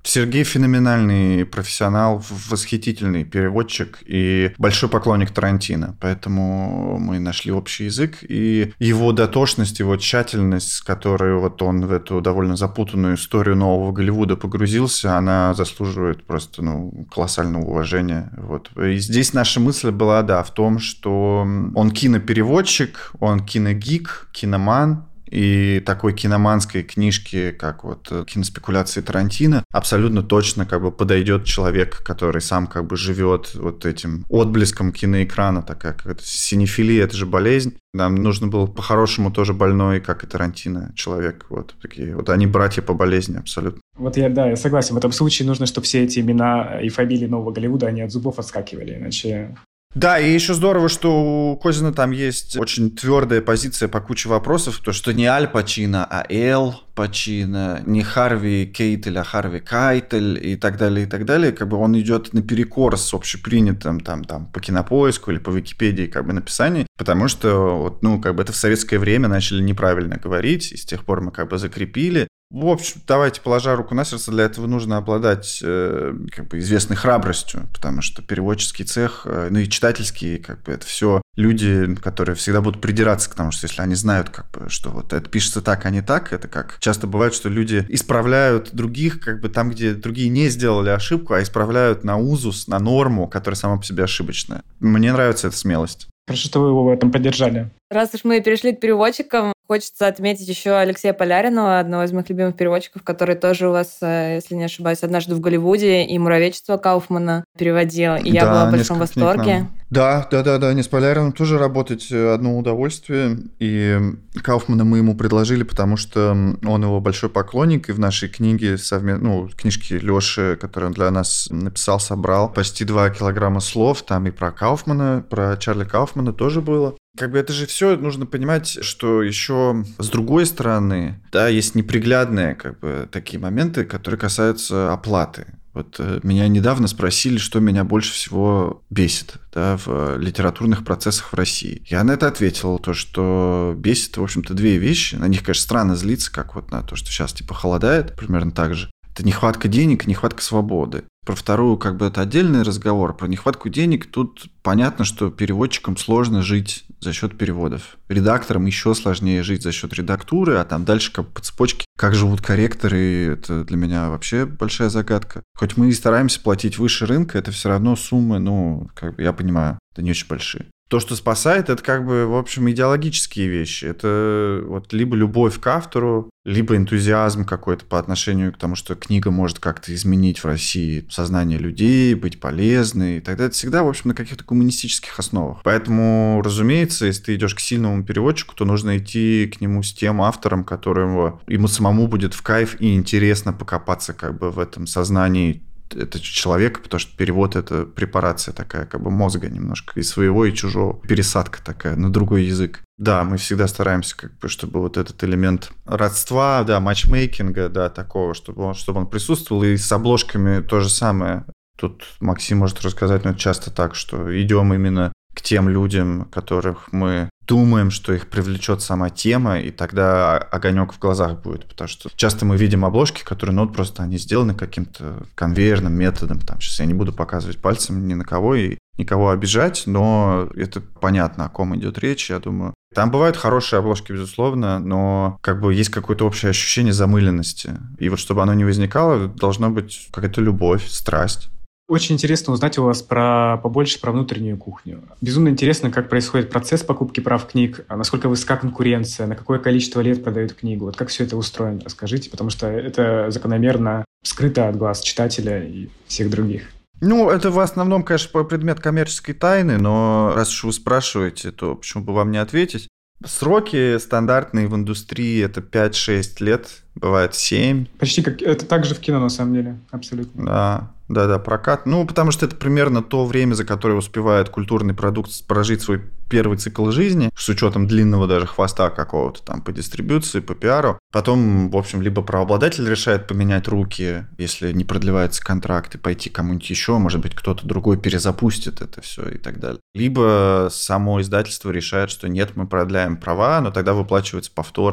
Сергей феноменальный профессионал, восхитительный переводчик и большой поклонник Тарантино. Поэтому мы нашли общий язык. И его дотошность, его тщательность, с которой вот он в эту довольно запутанную историю нового Голливуда погрузился, она заслуживает просто ну, колоссального уважения. Вот. И здесь наша мысль была, да, в том, что он кинопереводчик, он киногик, киноман, и такой киноманской книжки, как вот «Киноспекуляции Тарантино», абсолютно точно как бы подойдет человек, который сам как бы живет вот этим отблеском киноэкрана, такая как синефилия, это же болезнь. Нам нужно было по-хорошему тоже больной, как и Тарантино, человек. Вот такие вот они братья по болезни абсолютно. Вот я, да, я согласен. В этом случае нужно, чтобы все эти имена и фамилии нового Голливуда, они от зубов отскакивали, иначе... Да, и еще здорово, что у Козина там есть очень твердая позиция по куче вопросов, то, что не Аль Пачино, а Эл Пачино, не Харви Кейтель, а Харви Кайтель и так далее, и так далее. Как бы он идет наперекор с общепринятым там, там, по Кинопоиску или по Википедии как бы написанием, потому что вот, ну, как бы это в советское время начали неправильно говорить, и с тех пор мы как бы закрепили. В общем, давайте, положа руку на сердце, для этого нужно обладать э, как бы известной храбростью, потому что переводческий цех, э, ну и читательский, как бы это все люди, которые всегда будут придираться к тому, что если они знают, как бы, что вот это пишется так, а не так, это как часто бывает, что люди исправляют других, как бы там, где другие не сделали ошибку, а исправляют на узус, на норму, которая сама по себе ошибочная. Мне нравится эта смелость. Хорошо, что вы его в этом поддержали. Раз уж мы перешли к переводчикам, хочется отметить еще Алексея Поляринова, одного из моих любимых переводчиков, который тоже у вас, если не ошибаюсь, «Однажды в Голливуде» и «Муравейчество» Кауфмана переводил. И да, я была в большом восторге. Да, да, да, да, не с Поляриным тоже работать одно удовольствие. И Кауфмана мы ему предложили, потому что он его большой поклонник, и в нашей книге, совмест... ну, книжке Лёши, которую он для нас написал, собрал почти два килограмма слов, там и про Кауфмана, про Чарли Кауфмана тоже было. Как бы это же все нужно понимать, что еще с другой стороны, да, есть неприглядные как бы такие моменты, которые касаются оплаты. Вот э, меня недавно спросили, что меня больше всего бесит, да, в литературных процессах в России. Я на это ответил, то, что бесит, в общем-то, две вещи. На них, конечно, странно злиться, как вот на то, что сейчас типа холодает, примерно так же. Это нехватка денег, нехватка свободы. Про вторую, как бы, это отдельный разговор. Про нехватку денег тут понятно, что переводчикам сложно жить за счет переводов. Редакторам еще сложнее жить за счет редактуры, а там дальше как по цепочке. Как живут корректоры, это для меня вообще большая загадка. Хоть мы и стараемся платить выше рынка, это все равно суммы, ну, как бы, я понимаю, это не очень большие. То, что спасает, это как бы, в общем, идеологические вещи. Это вот либо любовь к автору, либо энтузиазм какой-то по отношению к тому, что книга может как-то изменить в России сознание людей, быть полезной. И тогда это всегда, в общем, на каких-то гуманистических основах. Поэтому, разумеется, если ты идешь к сильному переводчику, то нужно идти к нему с тем автором, которому ему самому будет в кайф и интересно покопаться как бы в этом сознании это человека, потому что перевод — это препарация такая, как бы мозга немножко, и своего, и чужого. Пересадка такая на другой язык. Да, мы всегда стараемся, как бы, чтобы вот этот элемент родства, да, матчмейкинга, да, такого, чтобы он, чтобы он присутствовал, и с обложками то же самое. Тут Максим может рассказать, но это часто так, что идем именно к тем людям, которых мы думаем, что их привлечет сама тема, и тогда огонек в глазах будет. Потому что часто мы видим обложки, которые, ну, вот просто они сделаны каким-то конвейерным методом. Там, сейчас я не буду показывать пальцем ни на кого и никого обижать, но это понятно, о ком идет речь, я думаю. Там бывают хорошие обложки, безусловно, но как бы есть какое-то общее ощущение замыленности. И вот чтобы оно не возникало, должна быть какая-то любовь, страсть. Очень интересно узнать у вас про побольше про внутреннюю кухню. Безумно интересно, как происходит процесс покупки прав книг, насколько высока конкуренция, на какое количество лет продают книгу. Вот как все это устроено, расскажите, потому что это закономерно скрыто от глаз читателя и всех других. Ну, это в основном, конечно, предмет коммерческой тайны, но раз уж вы спрашиваете, то почему бы вам не ответить? Сроки стандартные в индустрии – это пять-шесть лет, бывает семь. Почти как это так же в кино, на самом деле, абсолютно. Да, да, да, прокат. Ну, потому что это примерно то время, за которое успевает культурный продукт прожить свой первый цикл жизни, с учетом длинного даже хвоста какого-то там по дистрибьюции, по пиару. Потом, в общем, либо правообладатель решает поменять руки, если не продлевается контракт, и пойти кому-нибудь еще, может быть, кто-то другой перезапустит это все и так далее. Либо само издательство решает, что нет, мы продляем права, но тогда выплачивается повторно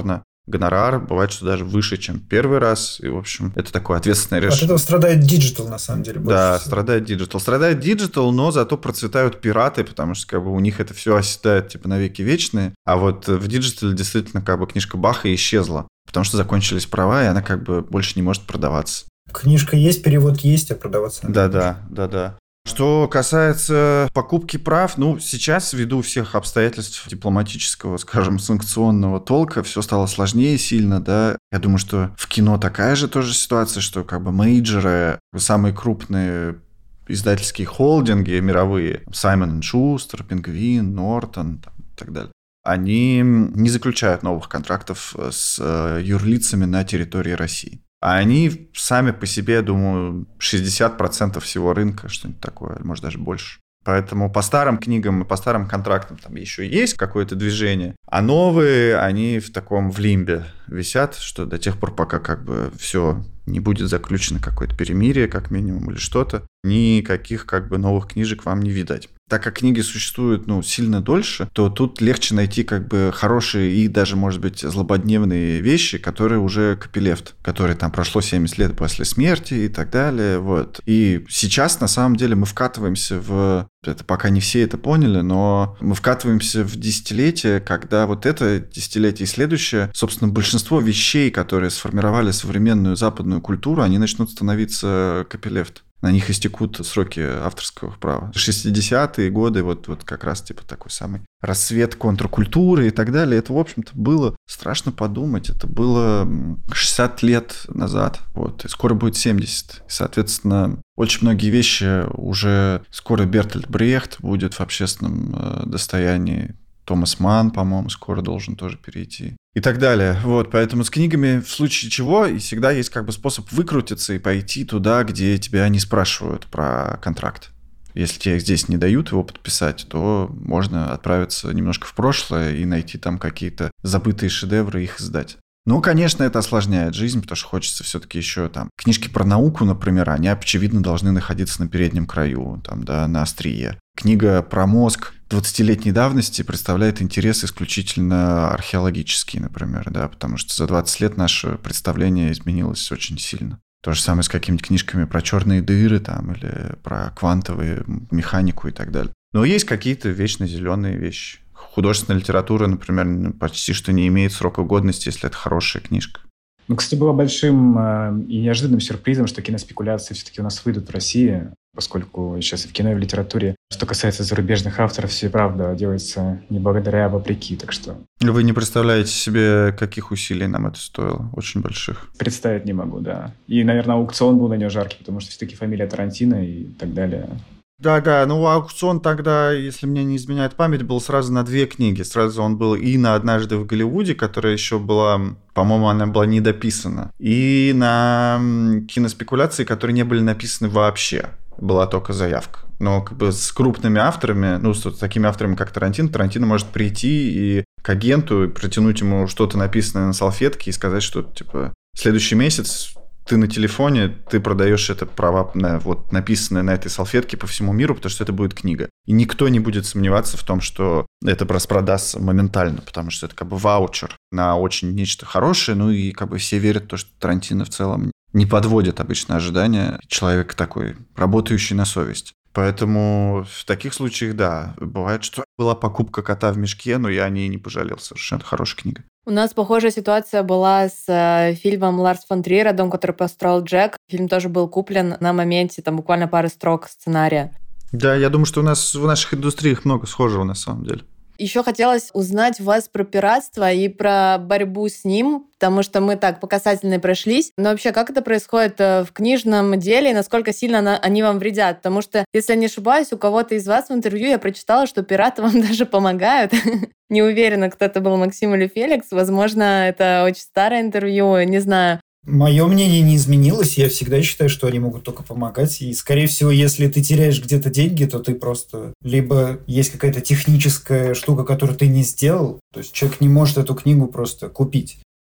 гонорар бывает, что даже выше, чем первый раз. И, в общем, это такое ответственное решение. От этого страдает диджитал, на самом деле. Да, всего. страдает диджитал. Страдает диджитал, но зато процветают пираты, потому что как бы у них это все оседает типа навеки вечные. А вот в диджитале действительно как бы книжка баха исчезла, потому что закончились права, и она как бы больше не может продаваться. Книжка есть, перевод есть, а продаваться надо. Да-да, да-да. Что касается покупки прав, ну, сейчас, ввиду всех обстоятельств дипломатического, скажем, санкционного толка, все стало сложнее сильно, да. Я думаю, что в кино такая же тоже ситуация, что как бы мейджеры, самые крупные издательские холдинги мировые, Саймон энд Шустер, Пингвин, Нортон там, и так далее, они не заключают новых контрактов с юрлицами на территории России. А они сами по себе, я думаю, шестьдесят процентов всего рынка, что-нибудь такое, может, даже больше. Поэтому по старым книгам и по старым контрактам там еще есть какое-то движение, а новые, они в таком в лимбе висят, что до тех пор, пока как бы все не будет заключено какое-то перемирие, как минимум, или что-то, никаких как бы новых книжек вам не видать. Так как книги существуют, ну, сильно дольше, то тут легче найти как бы хорошие и даже, может быть, злободневные вещи, которые уже копилефт, которые там прошло семьдесят лет после смерти и так далее, вот. И сейчас, на самом деле, мы вкатываемся в... Это пока не все это поняли, но мы вкатываемся в десятилетие, когда вот это десятилетие и следующее, собственно, большинство вещей, которые сформировали современную западную культуру, они начнут становиться копилефт. На них истекут сроки авторского права. шестидесятые годы, вот, вот как раз типа такой самый рассвет контркультуры и так далее. Это, в общем-то, было страшно подумать. Это было шестьдесят лет назад. Вот. И скоро будет семьдесят. И, соответственно, очень многие вещи уже... Скоро Бертольд Брехт будет в общественном достоянии. Томас Манн, по-моему, скоро должен тоже перейти. И так далее. Вот, поэтому с книгами в случае чего и всегда есть как бы способ выкрутиться и пойти туда, где тебя не спрашивают про контракт. Если тебе здесь не дают его подписать, то можно отправиться немножко в прошлое и найти там какие-то забытые шедевры и их издать. Ну, конечно, это осложняет жизнь, потому что хочется все-таки еще там... Книжки про науку, например, они, очевидно, должны находиться на переднем краю, там, да, на острие. Книга про мозг двадцатилетней давности представляет интерес исключительно археологический, например, да, потому что за двадцать лет наше представление изменилось очень сильно. То же самое с какими-то книжками про черные дыры там, или про квантовую механику и так далее. Но есть какие-то вечно зеленые вещи. Художественная литература, например, почти что не имеет срока годности, если это хорошая книжка. Ну, кстати, было большим э, и неожиданным сюрпризом, что киноспекуляции все-таки у нас выйдут в России, поскольку сейчас и в кино, и в литературе, что касается зарубежных авторов, все правда делается не благодаря, а вопреки, так что... Вы не представляете себе, каких усилий нам это стоило, очень больших. Представить не могу, да. И, наверное, аукцион был на нее жаркий, потому что все-таки фамилия Тарантино и так далее... Да-да, ну аукцион тогда, если мне не изменяет память, был сразу на две книги. Сразу он был и на «Однажды в Голливуде», которая еще была, по-моему, она была недописана, и на киноспекуляции, которые не были написаны вообще. Была только заявка. Но как бы с крупными авторами, ну, с такими авторами, как Тарантино, Тарантино может прийти и к агенту и протянуть ему что-то написанное на салфетке и сказать, что, типа, следующий месяц... Ты на телефоне, ты продаешь это права, на, вот, написанное на этой салфетке по всему миру, потому что это будет книга. И никто не будет сомневаться в том, что это распродастся моментально, потому что это как бы ваучер на очень нечто хорошее, ну и как бы все верят в то, что Тарантино в целом не подводит обычно ожидания. Человек такой, работающий на совесть. Поэтому в таких случаях, да, бывает, что была покупка кота в мешке, но я о ней не пожалел совершенно. Это хорошая книга. У нас похожая ситуация была с э, фильмом Ларс фон Триера «Дом, который построил Джек». Фильм тоже был куплен на моменте, там буквально пары строк сценария. Да, я думаю, что у нас в наших индустриях много схожего на самом деле. Еще хотелось узнать у вас про пиратство и про борьбу с ним, потому что мы так по касательной прошлись. Но вообще, как это происходит в книжном деле и насколько сильно они вам вредят? Потому что, если я не ошибаюсь, у кого-то из вас в интервью я прочитала, что пираты вам даже помогают. Не уверена, кто это был, Максим или Феликс. Возможно, это очень старое интервью, не знаю. Мое мнение не изменилось. Я всегда считаю, что они могут только помогать. И, скорее всего, если ты теряешь где-то деньги, то ты просто... Либо есть какая-то техническая штука, которую ты не сделал. То есть человек не может эту книгу просто купить.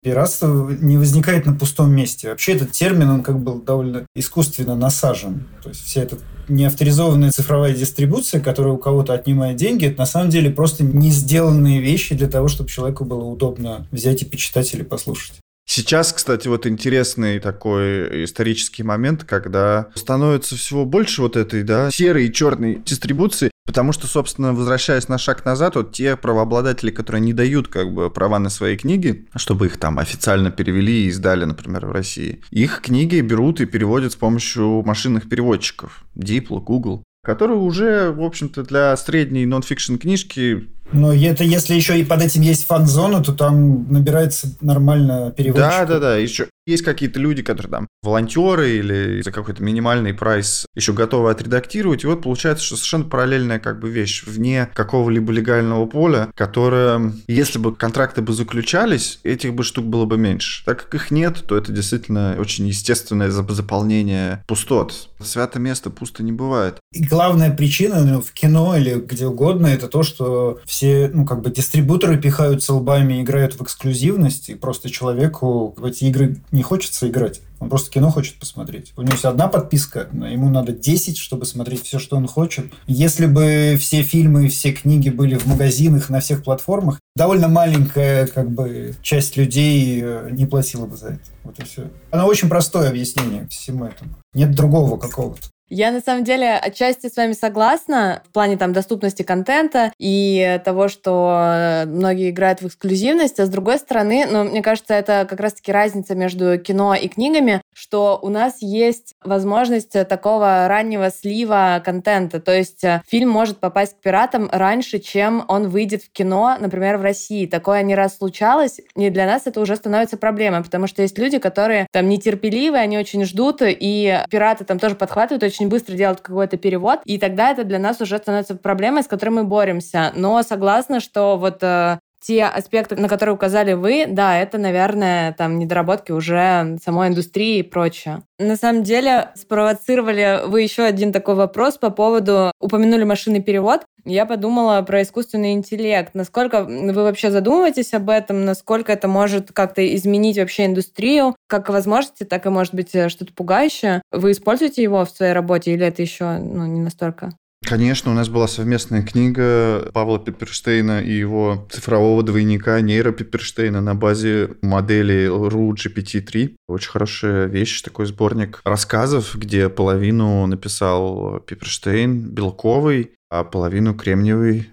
Пиратство не возникает на пустом месте. Вообще этот термин, он как бы довольно искусственно насажен. То есть вся эта неавторизованная цифровая дистрибуция, которая у кого-то отнимает деньги, это на самом деле просто не сделанные вещи для того, чтобы человеку было удобно взять и почитать или послушать. Сейчас, кстати, вот интересный такой исторический момент, когда становится всего больше вот этой, да, серой и черной дистрибуции, потому что, собственно, возвращаясь на шаг назад, вот те правообладатели, которые не дают как бы права на свои книги, чтобы их там официально перевели и издали, например, в России, их книги берут и переводят с помощью машинных переводчиков, Diplo, Google, которые уже, в общем-то, для средней нон-фикшн книжки... Но это если еще и под этим есть фан-зона, то там набирается нормально переводчик. Да, да, да. Еще есть какие-то люди, которые там волонтеры или за какой-то минимальный прайс еще готовы отредактировать. И вот получается, что совершенно параллельная как бы вещь вне какого-либо легального поля, которая, если бы контракты бы заключались, этих бы штук было бы меньше. Так как их нет, то это действительно очень естественное заполнение пустот. Святое место пусто не бывает. И главная причина, ну, в кино или где угодно, это то, что все, ну, как бы дистрибуторы пихаются лбами, играют в эксклюзивность, и просто человеку в эти игры не хочется играть. Он просто кино хочет посмотреть. У него есть одна подписка, но ему надо десять, чтобы смотреть все, что он хочет. Если бы все фильмы, все книги были в магазинах, на всех платформах, довольно маленькая как бы часть людей не платила бы за это. Вот и все. Оно очень простое объяснение всему этому. Нет другого какого-то. Я, на самом деле, отчасти с вами согласна в плане там доступности контента и того, что многие играют в эксклюзивность, а с другой стороны, ну, мне кажется, это как раз-таки разница между кино и книгами, что у нас есть возможность такого раннего слива контента, то есть фильм может попасть к пиратам раньше, чем он выйдет в кино, например, в России. Такое не раз случалось, и для нас это уже становится проблемой, потому что есть люди, которые там нетерпеливые, они очень ждут, и пираты там тоже подхватывают очень быстро делают какой-то перевод, и тогда это для нас уже становится проблемой, с которой мы боремся. Но согласна, что вот э, те аспекты, на которые указали вы, да, это, наверное, там недоработки уже самой индустрии и прочее. На самом деле, спровоцировали вы еще один такой вопрос по поводу, упомянули машинный перевод. Я подумала про искусственный интеллект. Насколько вы вообще задумываетесь об этом? Насколько это может как-то изменить вообще индустрию? Как возможности, так и, может быть, что-то пугающее. Вы используете его в своей работе или это еще ну, не настолько? Конечно, у нас была совместная книга Павла Пепперштейна и его цифрового двойника Нейра Пепперштейна на базе модели ру джи пи ти три. Очень хорошая вещь, такой сборник рассказов, где половину написал Пепперштейн белковый, а половину кремниевый,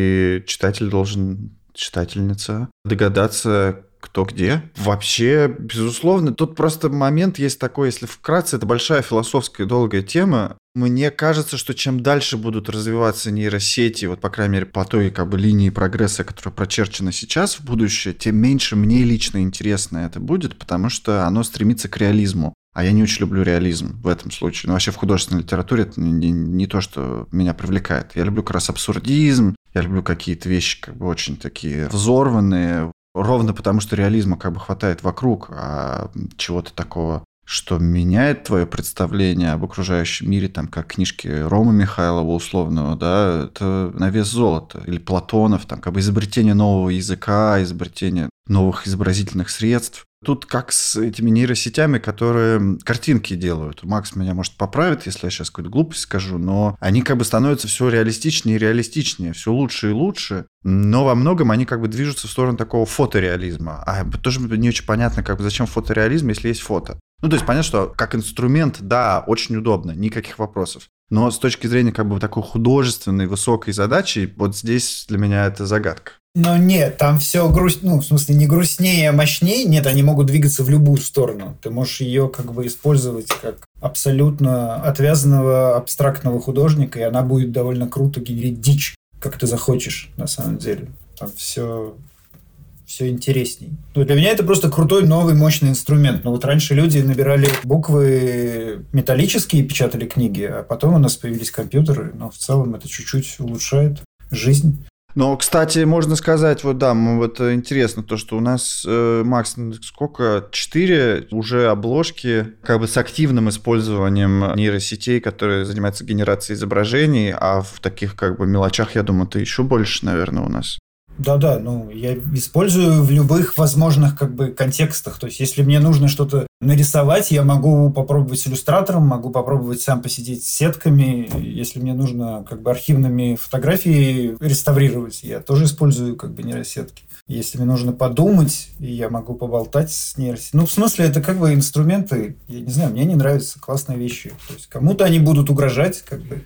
и читатель должен, читательница, догадаться, кто где. Вообще, безусловно, тут просто момент есть такой, если вкратце, это большая философская долгая тема. Мне кажется, что чем дальше будут развиваться нейросети, вот, по крайней мере, по той как бы, линии прогресса, которая прочерчена сейчас в будущее, тем меньше мне лично интересно это будет, потому что оно стремится к реализму. А я не очень люблю реализм в этом случае. Но вообще в художественной литературе это не, не то, что меня привлекает. Я люблю как раз абсурдизм, я люблю какие-то вещи как бы очень такие взорванные, ровно потому, что реализма как бы хватает вокруг, а чего-то такого, что меняет твое представление об окружающем мире, там, как книжки Ромы Михайлова условного, да, это на вес золота. Или Платонов, там, как бы изобретение нового языка, изобретение новых изобразительных средств. Тут как с этими нейросетями, которые картинки делают. Макс меня, может, поправит, если я сейчас какую-то глупость скажу, но они как бы становятся все реалистичнее и реалистичнее, все лучше и лучше, но во многом они как бы движутся в сторону такого фотореализма. А тоже не очень понятно, как бы, зачем фотореализм, если есть фото. Ну, то есть понятно, что как инструмент, да, очень удобно, никаких вопросов. Но с точки зрения как бы такой художественной, высокой задачи, вот здесь для меня это загадка. Но нет, там все грусть, ну, в смысле, не грустнее, а мощнее. Нет, они могут двигаться в любую сторону. Ты можешь ее как бы использовать как абсолютно отвязанного, абстрактного художника, и она будет довольно круто генерить дичь, как ты захочешь, на самом деле. Там все, все интересней. Ну, для меня это просто крутой, новый, мощный инструмент. Но вот раньше люди набирали буквы металлические, печатали книги, а потом у нас появились компьютеры. Но в целом это чуть-чуть улучшает жизнь. Но, кстати, можно сказать, вот да, вот интересно то, что у нас, э, Макс, сколько, четыре уже обложки как бы с активным использованием нейросетей, которые занимаются генерацией изображений, а в таких как бы мелочах, я думаю, это еще больше, наверное, у нас. Да-да, ну, я использую в любых возможных как бы контекстах. То есть, если мне нужно что-то нарисовать, я могу попробовать с иллюстратором, могу попробовать сам посидеть с сетками. Если мне нужно как бы архивными фотографии реставрировать, я тоже использую как бы нейросетки. Если мне нужно подумать, я могу поболтать с нейросеткой. Ну, в смысле, это как бы инструменты, я не знаю, мне не нравятся, классные вещи. То есть, кому-то они будут угрожать, как бы,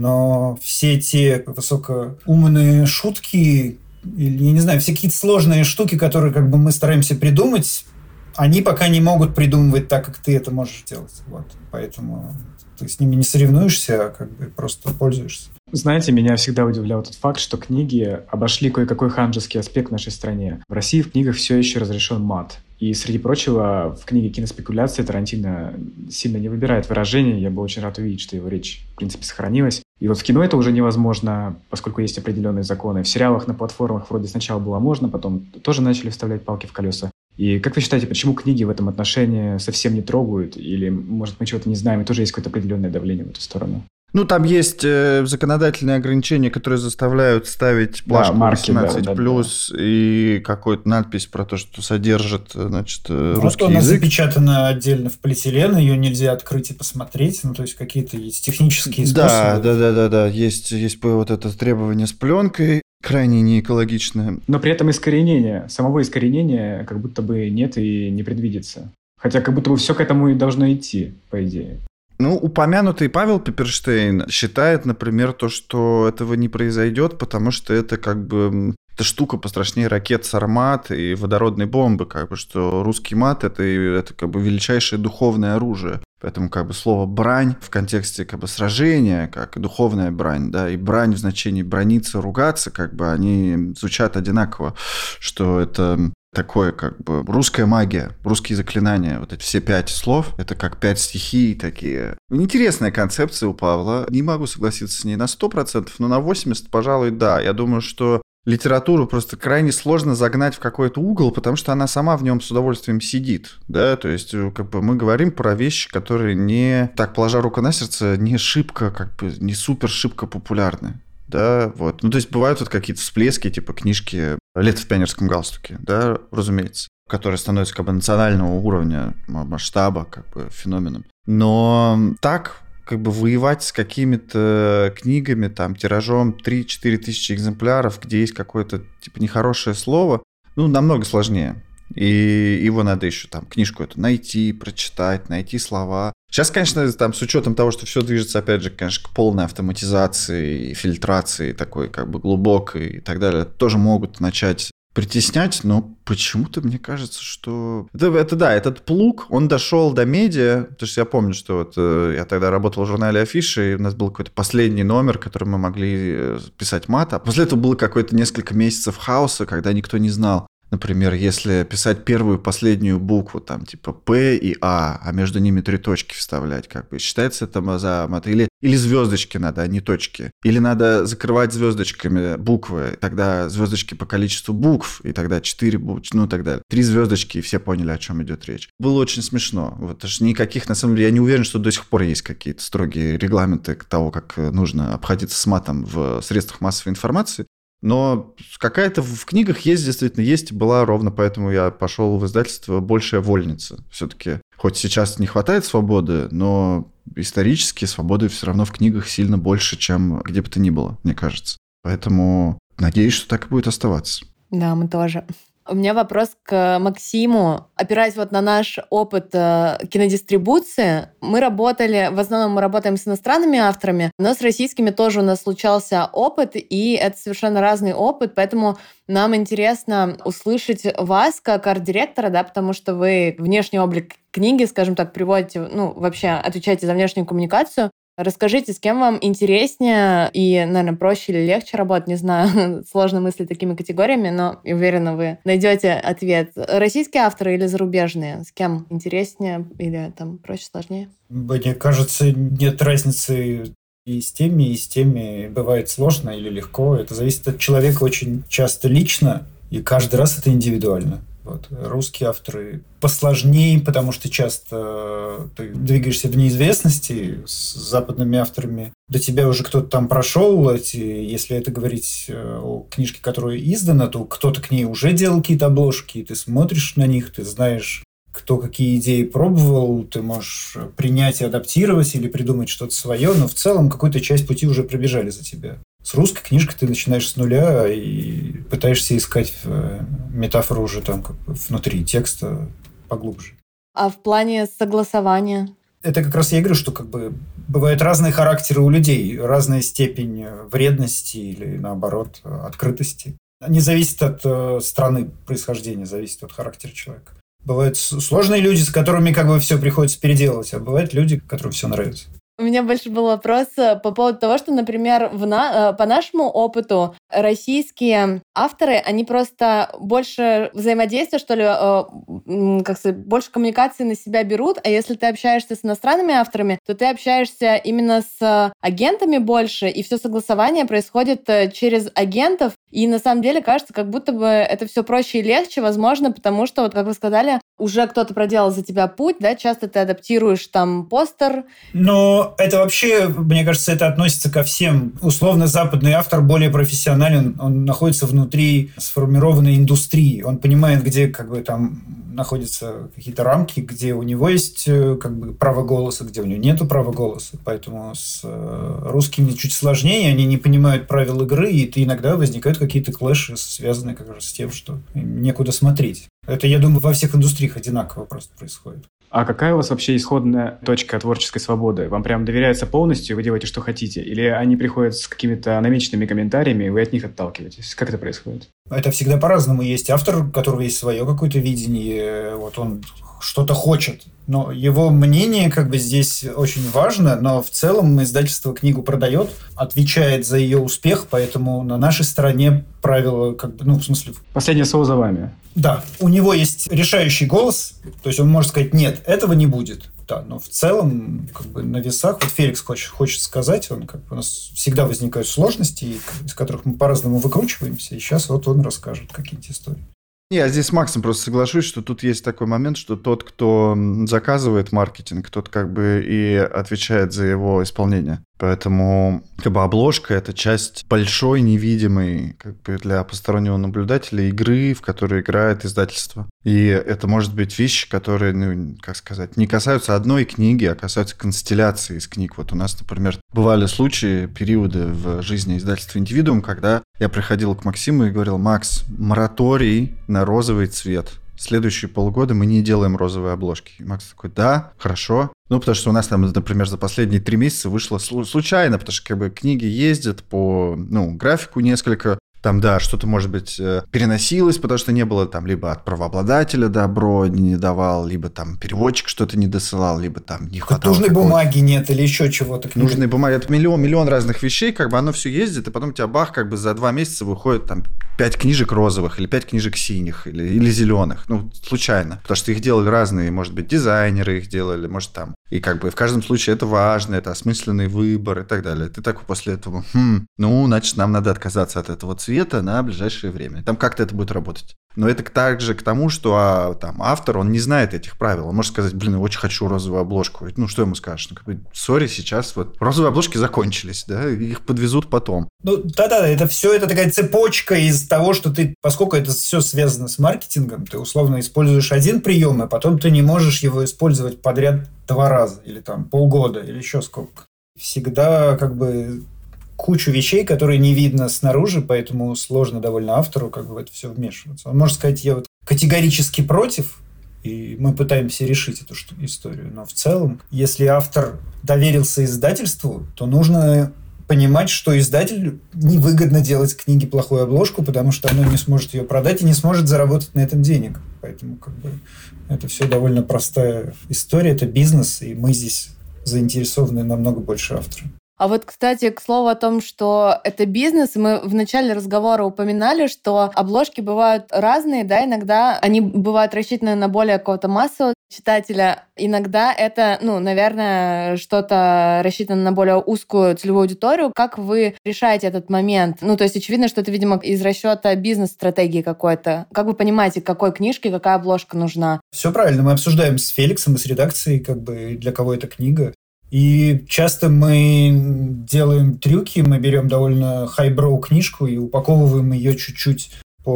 но все те высокоумные шутки, или, я не знаю, все какие-то сложные штуки, которые как бы мы стараемся придумать, они пока не могут придумывать так, как ты это можешь делать. Вот. Поэтому ты с ними не соревнуешься, а как бы просто пользуешься. Знаете, меня всегда удивлял тот факт, что книги обошли кое-какой ханжеский аспект в нашей стране. В России в книгах все еще разрешен мат. И, среди прочего, в книге «Киноспекуляции» Тарантино сильно не выбирает выражения. Я был очень рад увидеть, что его речь, в принципе, сохранилась. И вот в кино это уже невозможно, поскольку есть определенные законы. В сериалах на платформах вроде сначала было можно, потом тоже начали вставлять палки в колеса. И как вы считаете, почему книги в этом отношении совсем не трогают? Или, может, мы чего-то не знаем, и тоже есть какое-то определенное давление в эту сторону? Ну, там есть э, законодательные ограничения, которые заставляют ставить плашку да, марки, восемнадцать да, плюс да, да. И какую-то надпись про то, что содержит, значит, ну, русский вот она язык. Запечатана отдельно в полиэтилен, ее нельзя открыть и посмотреть. Ну, то есть какие-то есть технические способы. Да, да, да, да, да. Есть, есть вот это требование с пленкой, крайне неэкологичное. Но при этом искоренения, самого искоренения как будто бы нет и не предвидится. Хотя как будто бы все к этому и должно идти, по идее. Ну, упомянутый Павел Пепперштейн считает, например, то, что этого не произойдет, потому что это как бы... Это штука пострашнее ракет «Сармат» и водородной бомбы, как бы, что русский мат — это, это как бы величайшее духовное оружие. Поэтому как бы слово «брань» в контексте как бы сражения, как и духовная брань, да, и брань в значении браниться, ругаться, как бы они звучат одинаково, что это... такое как бы русская магия, русские заклинания. Вот эти все пять слов, это как пять стихий такие. Интересная концепция у Павла. Не могу согласиться с ней на сто процентов, но на восемьдесят процентов, пожалуй, да. Я думаю, что литературу просто крайне сложно загнать в какой-то угол, потому что она сама в нем с удовольствием сидит. Да? То есть как бы мы говорим про вещи, которые не, так положа руку на сердце, не шибко, как бы не супер шибко популярны. Да, вот. Ну, то есть бывают вот какие-то всплески, типа книжки «Лето в пионерском галстуке», да, разумеется, которые становятся как бы национального уровня, масштаба, как бы феноменом. Но так, как бы воевать с какими-то книгами, там, тиражом три-четыре тысячи экземпляров, где есть какое-то, типа, нехорошее слово, ну, намного сложнее. И его надо еще там книжку эту найти, прочитать, найти слова. Сейчас, конечно, там с учетом того, что все движется, опять же, конечно, к полной автоматизации и фильтрации такой как бы глубокой и так далее, тоже могут начать притеснять, но почему-то мне кажется, что... Это, это да, этот плуг, он дошел до медиа, потому что я помню, что вот э, я тогда работал в журнале «Афиши», и у нас был какой-то последний номер, который мы могли писать мат, а после этого было какое-то несколько месяцев хаоса, когда никто не знал. Например, если писать первую и последнюю букву, там, типа П и А, а между ними три точки вставлять, как бы, считается это за мат. Или, или звездочки надо, а не точки. Или надо закрывать звездочками буквы, тогда звездочки по количеству букв, и тогда четыре буквы, ну и так далее. Три звездочки, и все поняли, о чем идет речь. Было очень смешно. Вот, потому что никаких, на самом деле, я не уверен, что до сих пор есть какие-то строгие регламенты того, как нужно обходиться с матом в средствах массовой информации. Но какая-то в книгах есть, действительно, есть, была ровно поэтому я пошел в издательство «Большая вольница». Все-таки, хоть сейчас не хватает свободы, но исторически свободы все равно в книгах сильно больше, чем где бы то ни было, мне кажется. Поэтому надеюсь, что так и будет оставаться. Да, мы тоже. У меня вопрос к Максиму. Опираясь вот на наш опыт э, кинодистрибуции, мы работали, в основном мы работаем с иностранными авторами, но с российскими тоже у нас случался опыт, и это совершенно разный опыт, поэтому нам интересно услышать вас как арт-директора, да, потому что вы внешний облик книги, скажем так, приводите, ну, вообще отвечаете за внешнюю коммуникацию. Расскажите, с кем вам интереснее и, наверное, проще или легче работать, не знаю, сложно мыслить такими категориями, но уверена, вы найдете ответ. Российские авторы или зарубежные? С кем интереснее или там проще, сложнее? Мне кажется, нет разницы и с теми, и с теми. Бывает сложно или легко. Это зависит от человека очень часто лично, и каждый раз это индивидуально. Вот. Русские авторы посложнее, потому что часто ты двигаешься в неизвестности с западными авторами. До тебя уже кто-то там прошел. Эти, если это говорить о книжке, которая издана, то кто-то к ней уже делал какие-то обложки, и ты смотришь на них, ты знаешь, кто какие идеи пробовал, ты можешь принять и адаптировать или придумать что-то свое, но в целом какую-то часть пути уже пробежали за тебя. С русской книжкой ты начинаешь с нуля и пытаешься искать метафору уже там как бы внутри текста поглубже. А в плане согласования? Это как раз я говорю, что как бы бывают разные характеры у людей, разная степень вредности или, наоборот, открытости. Не зависит от страны происхождения, зависит от характера человека. Бывают сложные люди, с которыми как бы все приходится переделывать, а бывают люди, которым все нравится. У меня больше был вопрос по поводу того, что, например, в на... по нашему опыту российские авторы, они просто больше взаимодействия, что ли, как сказать, больше коммуникации на себя берут, а если ты общаешься с иностранными авторами, то ты общаешься именно с агентами больше, и все согласование происходит через агентов, и на самом деле кажется, как будто бы это все проще и легче, возможно, потому что, вот как вы сказали, уже кто-то проделал за тебя путь, да, часто ты адаптируешь там постер. Но это вообще, мне кажется, это относится ко всем. Условно, западный автор более профессионален, он находится внутри сформированной индустрии, он понимает, где как бы там находятся какие-то рамки, где у него есть как бы право голоса, где у него нету права голоса. Поэтому с русскими чуть сложнее, они не понимают правил игры, и иногда возникают какие-то клэши, связанные как раз с тем, что им некуда смотреть. Это, я думаю, во всех индустриях одинаково просто происходит. А какая у вас вообще исходная точка творческой свободы? Вам прям доверяется полностью, вы делаете, что хотите? Или они приходят с какими-то намеченными комментариями, и вы от них отталкиваетесь? Как это происходит? Это всегда по-разному. Есть автор, у которого есть свое какое-то видение, вот он что-то хочет. Но его мнение как бы здесь очень важно, но в целом издательство книгу продает, отвечает за ее успех, поэтому на нашей стороне правила, как бы, ну, в смысле... Последнее слово за вами. Да, у него есть решающий голос, то есть он может сказать, нет, этого не будет. Да, но в целом, как бы на весах, вот Феликс хочет, хочет сказать, он, как бы, у нас всегда возникают сложности, из которых мы по-разному выкручиваемся, и сейчас вот он расскажет какие-то истории. Я здесь с Максом просто соглашусь, что тут есть такой момент, что тот, кто заказывает маркетинг, тот как бы и отвечает за его исполнение. Поэтому как бы обложка – это часть большой, невидимой как бы для постороннего наблюдателя игры, в которой играет издательство. И это может быть вещи, которые, ну, как сказать, не касаются одной книги, а касаются констелляции из книг. Вот у нас, например, бывали случаи, периоды в жизни издательства «Индивидуум», когда я приходил к Максиму и говорил: «Макс, мораторий на розовый цвет. Следующие полгода мы не делаем розовые обложки». И Макс такой: «Да, хорошо». Ну, потому что у нас там, например, за последние три месяца вышло случайно, потому что как бы книги ездят по, ну, графику несколько. Там, да, что-то, может быть, переносилось, потому что не было там либо от правообладателя добро не давал, либо там переводчик что-то не досылал, либо там не хватало. Нужной бумаги нет или еще чего-то. Нужной бумаги. Это миллион, миллион разных вещей, как бы оно все ездит, и потом у тебя бах, как бы за два месяца выходит там пять книжек розовых, или пять книжек синих, или, или зеленых. Ну, случайно. Потому что их делали разные, может быть, дизайнеры их делали, может, там. И как бы в каждом случае это важно, это осмысленный выбор и так далее. Ты такой после этого: хм, ну, значит, нам надо отказаться от этого цвета на ближайшее время. Там как-то это будет работать. Но это также к тому, что а, там, автор, он не знает этих правил. Он может сказать: блин, я очень хочу розовую обложку. Ну, что ему скажешь? Ну, как бы, сори, сейчас вот розовые обложки закончились, да, их подвезут потом. Ну, да-да, это все, это такая цепочка из того, что ты, поскольку это все связано с маркетингом, ты условно используешь один прием, а потом ты не можешь его использовать подряд два раза, или там полгода, или еще сколько. Всегда как бы кучу вещей, которые не видно снаружи, поэтому сложно довольно автору как бы в это все вмешиваться. Он может сказать: я вот категорически против, и мы пытаемся решить эту историю. Но в целом, если автор доверился издательству, то нужно понимать, что издателю невыгодно делать книге плохую обложку, потому что оно не сможет ее продать и не сможет заработать на этом денег. Поэтому как бы это все довольно простая история, это бизнес, и мы здесь заинтересованы намного больше автора. А вот, кстати, к слову о том, что это бизнес, мы в начале разговора упоминали, что обложки бывают разные, да, иногда они бывают рассчитаны на более какого-то массового читателя, иногда это, ну, наверное, что-то рассчитано на более узкую целевую аудиторию. Как вы решаете этот момент? Ну, то есть очевидно, что это, видимо, из расчета бизнес-стратегии какой-то. Как вы понимаете, к какой книжке какая обложка нужна? Все правильно, мы обсуждаем с Феликсом и с редакцией, как бы, для кого эта книга. И часто мы делаем трюки, мы берем довольно хайброу книжку и упаковываем ее чуть-чуть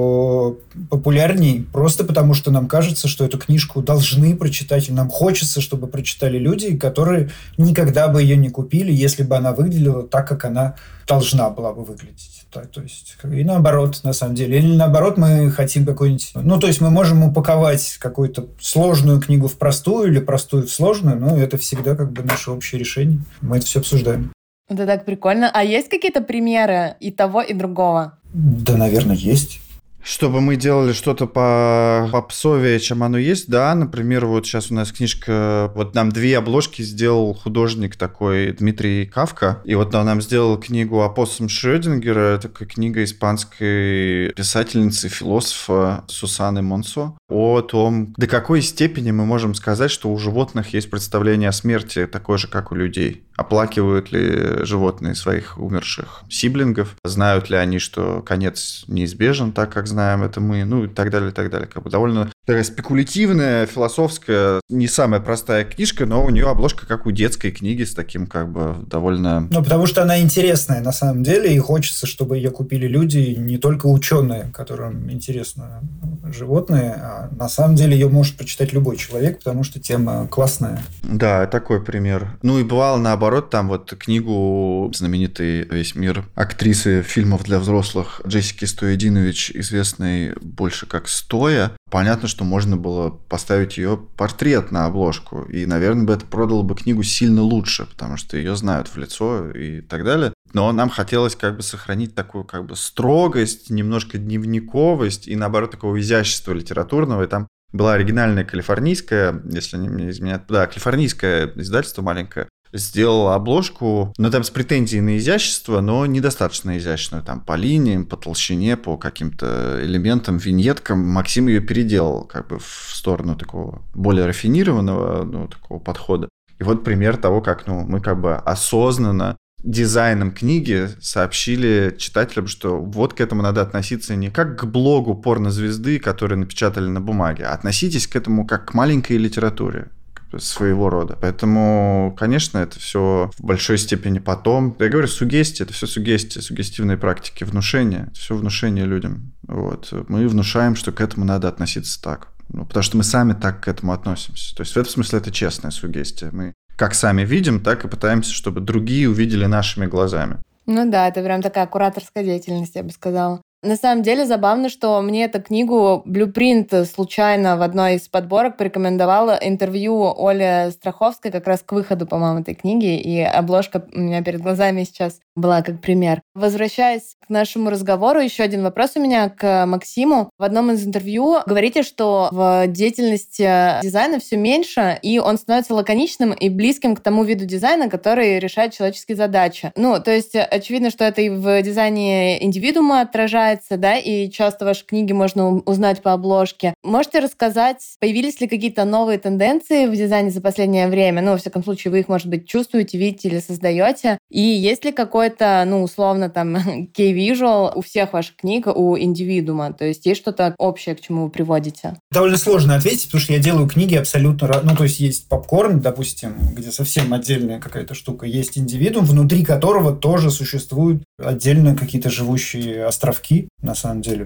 популярней, просто потому что нам кажется, что эту книжку должны прочитать, и нам хочется, чтобы прочитали люди, которые никогда бы ее не купили, если бы она выглядела так, как она должна была бы выглядеть. Так, то есть, и наоборот, на самом деле. Или наоборот, мы хотим какой-нибудь... Ну, то есть, мы можем упаковать какую-то сложную книгу в простую или простую в сложную, но это всегда как бы наше общее решение. Мы это все обсуждаем. Это так прикольно. А есть какие-то примеры и того, и другого? Да, наверное, есть. Чтобы мы делали что-то по попсовее, чем оно есть, да, например, вот сейчас у нас книжка, вот нам две обложки сделал художник такой Дмитрий Кавка, и вот он нам сделал книгу «Опоссум Шрёдингера», такая книга испанской писательницы, философа Сусаны Монсо, о том, до какой степени мы можем сказать, что у животных есть представление о смерти такое же, как у людей. Оплакивают ли животные своих умерших сиблингов? Знают ли они, что конец неизбежен, так как знаем это мы? Ну и так далее, и так далее. Как бы довольно такая спекулятивная, философская, не самая простая книжка, но у нее обложка как у детской книги с таким как бы довольно... Ну, потому что она интересная на самом деле, и хочется, чтобы ее купили люди, не только ученые, которым интересно животные, а на самом деле ее может прочитать любой человек, потому что тема классная. Да, такой пример. Ну и бывало наоборот, там вот книгу знаменитой весь мир актрисы фильмов для взрослых Джессики Стоядинович, известной больше как «Стоя». Понятно, что можно было поставить ее портрет на обложку, и, наверное, бы это продало бы книгу сильно лучше, потому что ее знают в лицо и так далее. Но нам хотелось как бы сохранить такую как бы строгость, немножко дневниковость и, наоборот, такого изящества литературного. И там была оригинальная калифорнийская, если не мне изменяет, да, калифорнийское издательство маленькое, сделала обложку, ну, там с претензией на изящество, но недостаточно изящную. Там по линиям, по толщине, по каким-то элементам, виньеткам. Максим ее переделал как бы в сторону такого более рафинированного, ну, такого подхода. И вот пример того, как, ну, мы как бы осознанно дизайном книги сообщили читателям, что вот к этому надо относиться не как к блогу порнозвезды, который напечатали на бумаге, а относитесь к этому как к маленькой литературе своего рода. Поэтому, конечно, это все в большой степени потом. Я говорю, суггестия, это все суггестия, суггестивные практики, внушение, это все внушение людям. Вот. Мы внушаем, что к этому надо относиться так. Ну, потому что мы сами так к этому относимся. То есть в этом смысле это честная суггестия. Мы как сами видим, так и пытаемся, чтобы другие увидели нашими глазами. Ну да, это прям такая кураторская деятельность, я бы сказала. На самом деле забавно, что мне эту книгу Blueprint случайно в одной из подборок порекомендовала интервью Оли Страховской как раз к выходу, по-моему, этой книги, и обложка у меня перед глазами сейчас была как пример. Возвращаясь к нашему разговору, еще один вопрос у меня к Максиму. В одном из интервью говорите, что в деятельности дизайна все меньше, и он становится лаконичным и близким к тому виду дизайна, который решает человеческие задачи. Ну, то есть очевидно, что это и в дизайне индивидуума отражается, да, и часто ваши книги можно узнать по обложке. Можете рассказать, появились ли какие-то новые тенденции в дизайне за последнее время? Ну, во всяком случае, вы их, может быть, чувствуете, видите или создаете? И есть ли какой-то, ну, условно, там, key-visual у всех ваших книг, у индивидуума? То есть есть что-то общее, к чему вы приводите? Довольно сложно ответить, потому что я делаю книги абсолютно... Ну, то есть есть попкорн, допустим, где совсем отдельная какая-то штука. Есть индивидуум, внутри которого тоже существуют отдельно какие-то живущие островки, на самом деле.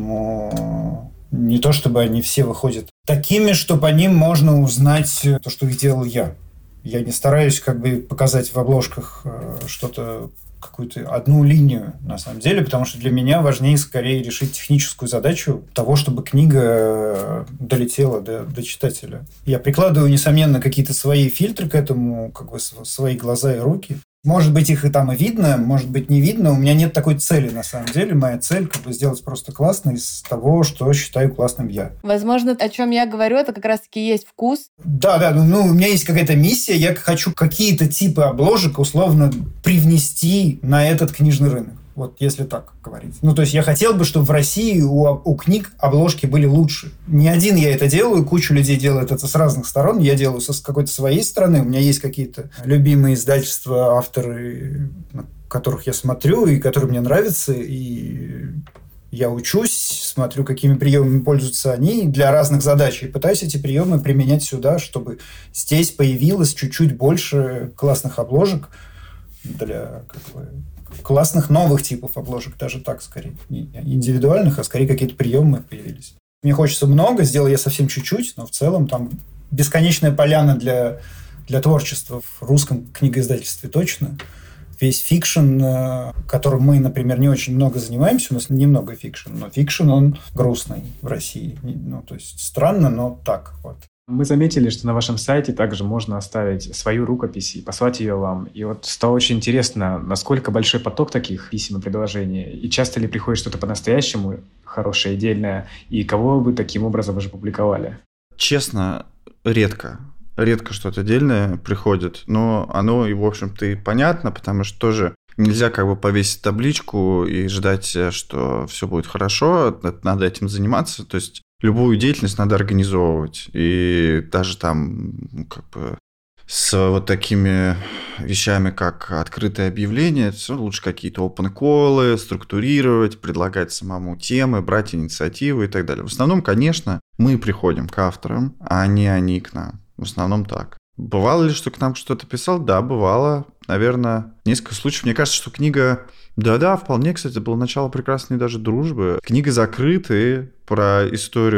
Поэтому не то, чтобы они все выходят такими, что по ним можно узнать то, что их делал я. Я не стараюсь как бы показать в обложках что-то, какую-то одну линию, на самом деле, потому что для меня важнее скорее решить техническую задачу того, чтобы книга долетела до, до читателя. Я прикладываю, несомненно, какие-то свои фильтры к этому, как бы свои глаза и руки. Может быть, их и там и видно, может быть, не видно. У меня нет такой цели, на самом деле. Моя цель как бы сделать просто классно из того, что считаю классным я. Возможно, о чем я говорю, это как раз-таки есть вкус. Да, да, ну, у меня есть какая-то миссия. Я хочу какие-то типы обложек условно привнести на этот книжный рынок. Вот если так говорить. Ну, то есть я хотел бы, чтобы в России у, у книг обложки были лучше. Не один я это делаю, куча людей делает это с разных сторон. Я делаю со какой-то своей стороны. У меня есть какие-то любимые издательства, авторы, на которых я смотрю и которые мне нравятся. И я учусь, смотрю, какими приемами пользуются они для разных задач. И пытаюсь эти приемы применять сюда, чтобы здесь появилось чуть-чуть больше классных обложек для как бы, классных новых типов обложек, даже так скорее. Не индивидуальных, а скорее какие-то приемы появились. Мне хочется много, сделал я совсем чуть-чуть, но в целом там бесконечная поляна для, для творчества в русском книгоиздательстве точно. Весь фикшн, которым мы, например, не очень много занимаемся, у нас немного фикшн, но фикшн, он грустный в России. Ну, то есть странно, но так вот. Мы заметили, что на вашем сайте также можно оставить свою рукопись и послать ее вам. И вот стало очень интересно, насколько большой поток таких писем и предложений, и часто ли приходит что-то по-настоящему хорошее, дельное, и кого вы таким образом уже публиковали? Честно, редко. Редко что-то дельное приходит, но оно, и в общем-то, и понятно, потому что тоже нельзя как бы повесить табличку и ждать, что все будет хорошо, надо этим заниматься, то есть любую деятельность надо организовывать, и даже там как бы с вот такими вещами, как открытое объявление, все лучше какие-то open-коллы, структурировать, предлагать самому темы, брать инициативы и так далее. В основном, конечно, мы приходим к авторам, а не они к нам. В основном так. Бывало ли, что к нам что-то писал? Да, бывало. Наверное, несколько случаев. Мне кажется, что книга... Да-да, вполне, кстати, было начало прекрасной даже дружбы. Книга «Закрытые» про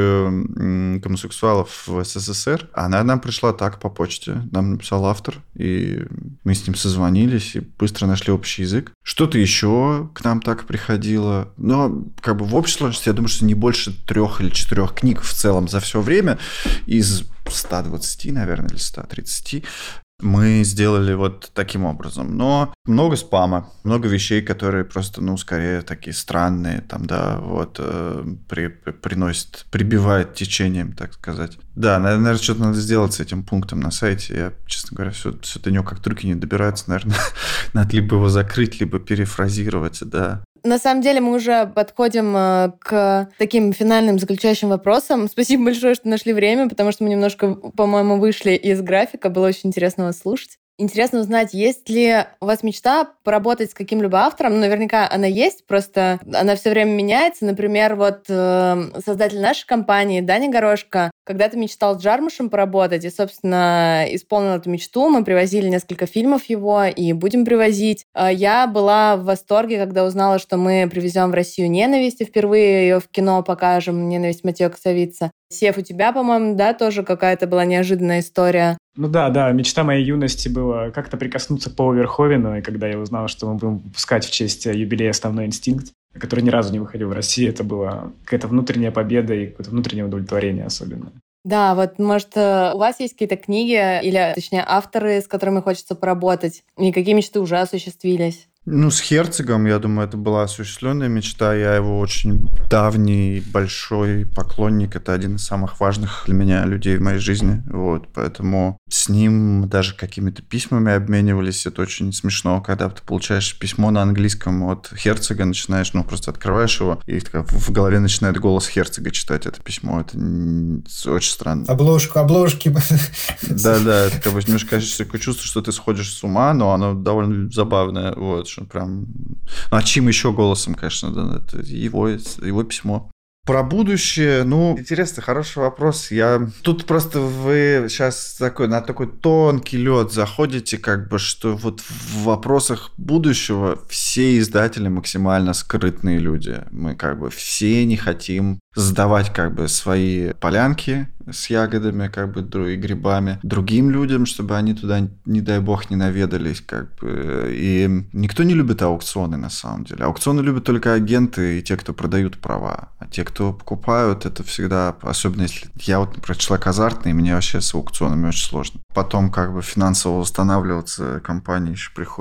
историю гомосексуалов в СССР. Она нам пришла так по почте. Нам написал автор, и мы с ним созвонились и быстро нашли общий язык. Что-то еще к нам так приходило. Но как бы в общей сложности, я думаю, что не больше трех или четырех книг в целом за все время из ста двадцати, наверное, или ста тридцати. Мы сделали вот таким образом. Но много спама, много вещей, которые просто, ну, скорее такие странные, там, да, вот, э, при, при, приносят, прибивает течением, так сказать. Да, наверное, что-то надо сделать с этим пунктом на сайте. Я, честно говоря, все, все до него как руки не добираются, наверное. Надо либо его закрыть, либо перефразировать, да. На самом деле мы уже подходим к таким финальным заключающим вопросам. Спасибо большое, что нашли время, потому что мы немножко, по-моему, вышли из графика. Было очень интересно вас слушать. Интересно узнать, есть ли у вас мечта поработать с каким-либо автором? Ну, наверняка она есть, просто она все время меняется. Например, вот э, создатель нашей компании, Даня Горошко, когда-то мечтал с Джармушем поработать, и, собственно, исполнил эту мечту. Мы привозили несколько фильмов его, и будем привозить. Я была в восторге, когда узнала, что мы привезем в Россию «Ненависть», и впервые ее в кино покажем, «Ненависть» Матео Касавица. Сев, у тебя, по-моему, да, тоже какая-то была неожиданная история. Ну да, да, мечта моей юности была как-то прикоснуться к Полу Верховену, и когда я узнал, что мы будем выпускать в честь юбилея «Основной инстинкт», который ни разу не выходил в России, это была какая-то внутренняя победа и какое-то внутреннее удовлетворение особенно. Да, вот, может, у вас есть какие-то книги, или, точнее, авторы, с которыми хочется поработать, и какие мечты уже осуществились? Ну, с Херцогом, я думаю, это была осуществленная мечта. Я его очень давний, большой поклонник. Это один из самых важных для меня людей в моей жизни. Вот, поэтому с ним даже какими-то письмами обменивались. Это очень смешно, когда ты получаешь письмо на английском от Херцога, начинаешь, ну, просто открываешь его, и в голове начинает голос Херцога читать это письмо. Это очень странно. Обложку, обложки. Да-да, это как бы немножко такое чувство, что ты сходишь с ума, но оно довольно забавное. Вот. Прям... Ну, а чьим еще голосом, конечно, да, это его, его письмо. Про будущее, ну, интересный, хороший вопрос. Я... Тут просто вы сейчас такой, на такой тонкий лед заходите, как бы, что вот в вопросах будущего все издатели максимально скрытные люди. Мы как бы все не хотим сдавать как бы свои полянки с ягодами, как бы, и грибами другим людям, чтобы они туда, не дай бог, не наведались, как бы. И никто не любит аукционы, на самом деле. Аукционы любят только агенты и те, кто продают права. А те, кто покупают, это всегда, особенно если я вот, например, человек азартный, мне вообще с аукционами очень сложно. Потом как бы финансово восстанавливаться компании еще приходится.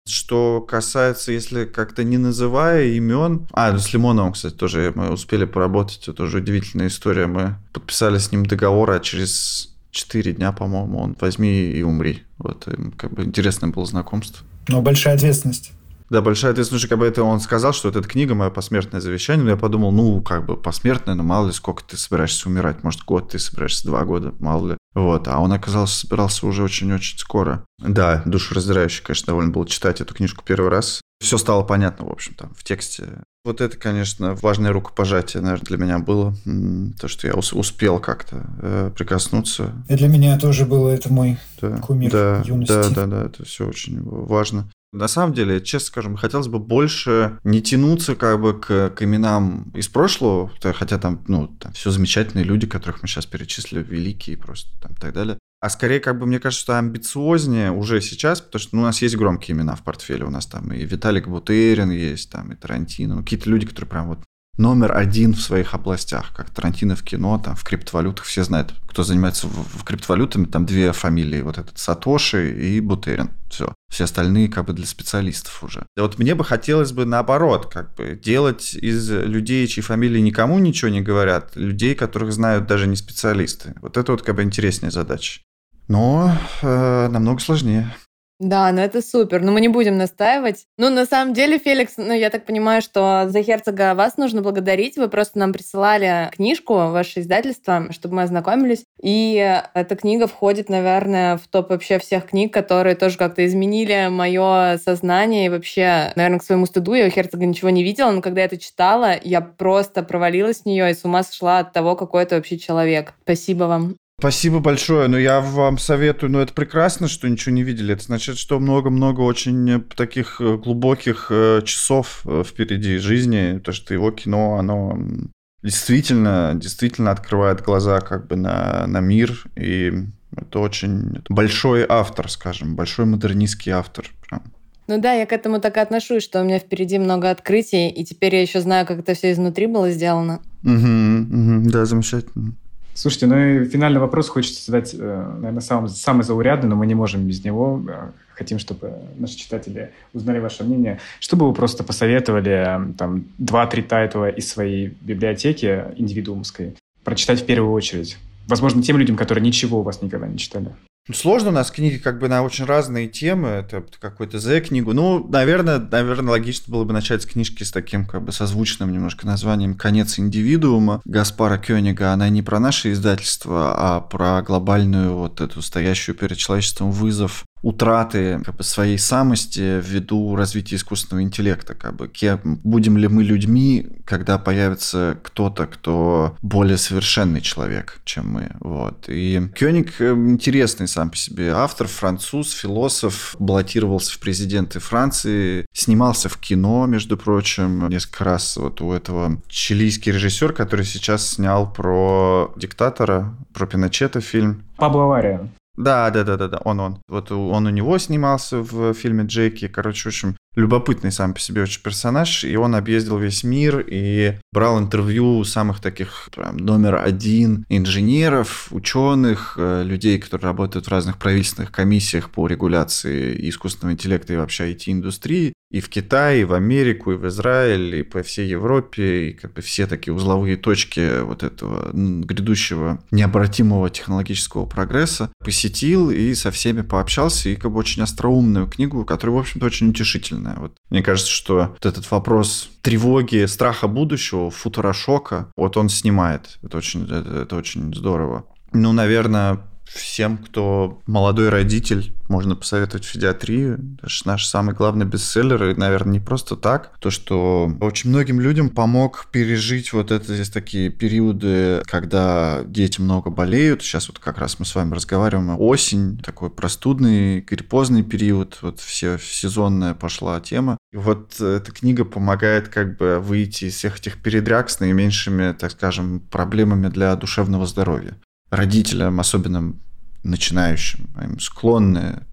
Что касается, если как-то не называя имен... А, с Лимоновым, кстати, тоже мы успели поработать. Это тоже удивительная история. Мы подписали с ним договор, а через четыре дня, по-моему, он «возьми и умри». Вот, как бы интересное было знакомство. Но большая ответственность. Да, большая ответственность, как бы это он сказал, что вот эта книга «Мое посмертное завещание». Но я подумал, ну, как бы посмертное, но мало ли, сколько ты собираешься умирать. Может, год ты собираешься, два года, мало ли. Вот, а он, оказался, собирался уже очень-очень скоро. Да, душераздирающе, конечно, довольно было читать эту книжку первый раз. Все стало понятно, в общем, там, в тексте. Вот это, конечно, важное рукопожатие, наверное, для меня было. То, что я успел как-то э, прикоснуться. И для меня тоже было, это мой да, кумир да, юности. Да, да, да, это все очень важно. На самом деле, честно скажем, хотелось бы больше не тянуться как бы к, к именам из прошлого, хотя там, ну, там все замечательные люди, которых мы сейчас перечислили, великие просто там и так далее. А скорее, как бы, мне кажется, что амбициознее уже сейчас, потому что ну, у нас есть громкие имена в портфеле, у нас там и Виталик Бутерин есть, там и Тарантино, ну, какие-то люди, которые прям вот номер один в своих областях, как Тарантино в кино, там, в криптовалютах, все знают, кто занимается в, в криптовалютами, там две фамилии, вот этот Сатоши и Бутерин, все. Все остальные как бы для специалистов уже. И вот мне бы хотелось бы наоборот, как бы делать из людей, чьи фамилии никому ничего не говорят, людей, которых знают даже не специалисты. Вот это вот как бы интересная задача. Но э, намного сложнее. Да, ну это супер. Но мы не будем настаивать. Ну, на самом деле, Феликс, ну, я так понимаю, что за Герцога вас нужно благодарить. Вы просто нам присылали книжку, ваше издательство, чтобы мы ознакомились. И эта книга входит, наверное, в топ вообще всех книг, которые тоже как-то изменили мое сознание. И вообще, наверное, к своему стыду, я у Герцога ничего не видела, но когда я это читала, я просто провалилась в нее и с ума сошла от того, какой это вообще человек. Спасибо вам. Спасибо большое. Но я вам советую, ну это прекрасно, что ничего не видели. Это значит, что много-много очень таких глубоких часов впереди жизни. То, что его кино, оно действительно, действительно открывает глаза как бы на, на мир. И это очень это большой автор, скажем, большой модернистский автор. Прям. Ну да, я к этому так и отношусь, что у меня впереди много открытий, и теперь я еще знаю, как это все изнутри было сделано. Угу, угу, да, замечательно. Слушайте, ну и финальный вопрос хочется задать, наверное, самый, самый заурядный, но мы не можем без него. Хотим, чтобы наши читатели узнали ваше мнение. Что бы вы просто посоветовали, там, два-три тайтла из своей библиотеки индивидуумской прочитать в первую очередь? Возможно, тем людям, которые ничего у вас никогда не читали. Сложно, у нас книги как бы на очень разные темы, это какой-то З-книгу. Ну, наверное, наверное, логично было бы начать с книжки с таким как бы созвучным немножко названием «Конец индивидуума» Гаспара Кёнига. Она не про наше издательство, а про глобальную вот эту стоящую перед человечеством вызов утраты как бы, своей самости ввиду развития искусственного интеллекта. Как бы, кем, будем ли мы людьми, когда появится кто-то, кто более совершенный человек, чем мы. Вот. И Кёниг интересный сам по себе автор, француз, философ, баллотировался в президенты Франции, снимался в кино, между прочим, несколько раз. Вот у этого чилийский режиссер, который сейчас снял про диктатора, про Пиночета фильм. Пабло Авария. Да, да, да, да, да, он, он. Вот он у него снимался в фильме «Джеки». Короче, в общем, любопытный сам по себе очень персонаж, и он объездил весь мир и брал интервью у самых таких прям, номер один инженеров, ученых, людей, которые работают в разных правительственных комиссиях по регуляции искусственного интеллекта и вообще ай ти-индустрии. И в Китае, и в Америку, и в Израиль, и по всей Европе, и как бы все такие узловые точки вот этого грядущего необратимого технологического прогресса посетил и со всеми пообщался, и как бы очень остроумную книгу, которая, в общем-то, очень утешительная. Вот. Мне кажется, что вот этот вопрос тревоги, страха будущего, футурошока, вот он снимает. Это очень, это, это очень здорово. Ну, наверное, всем, кто молодой родитель, можно посоветовать «Федиатрию». Это наш самый главный бестселлер. И, наверное, не просто так. То, что очень многим людям помог пережить вот это здесь такие периоды, когда дети много болеют. Сейчас вот как раз мы с вами разговариваем. Осень, такой простудный, гриппозный период. Вот все сезонная пошла тема. И вот эта книга помогает как бы выйти из всех этих передряг с наименьшими, так скажем, проблемами для душевного здоровья. Родителям, особенно начинающим, им склонны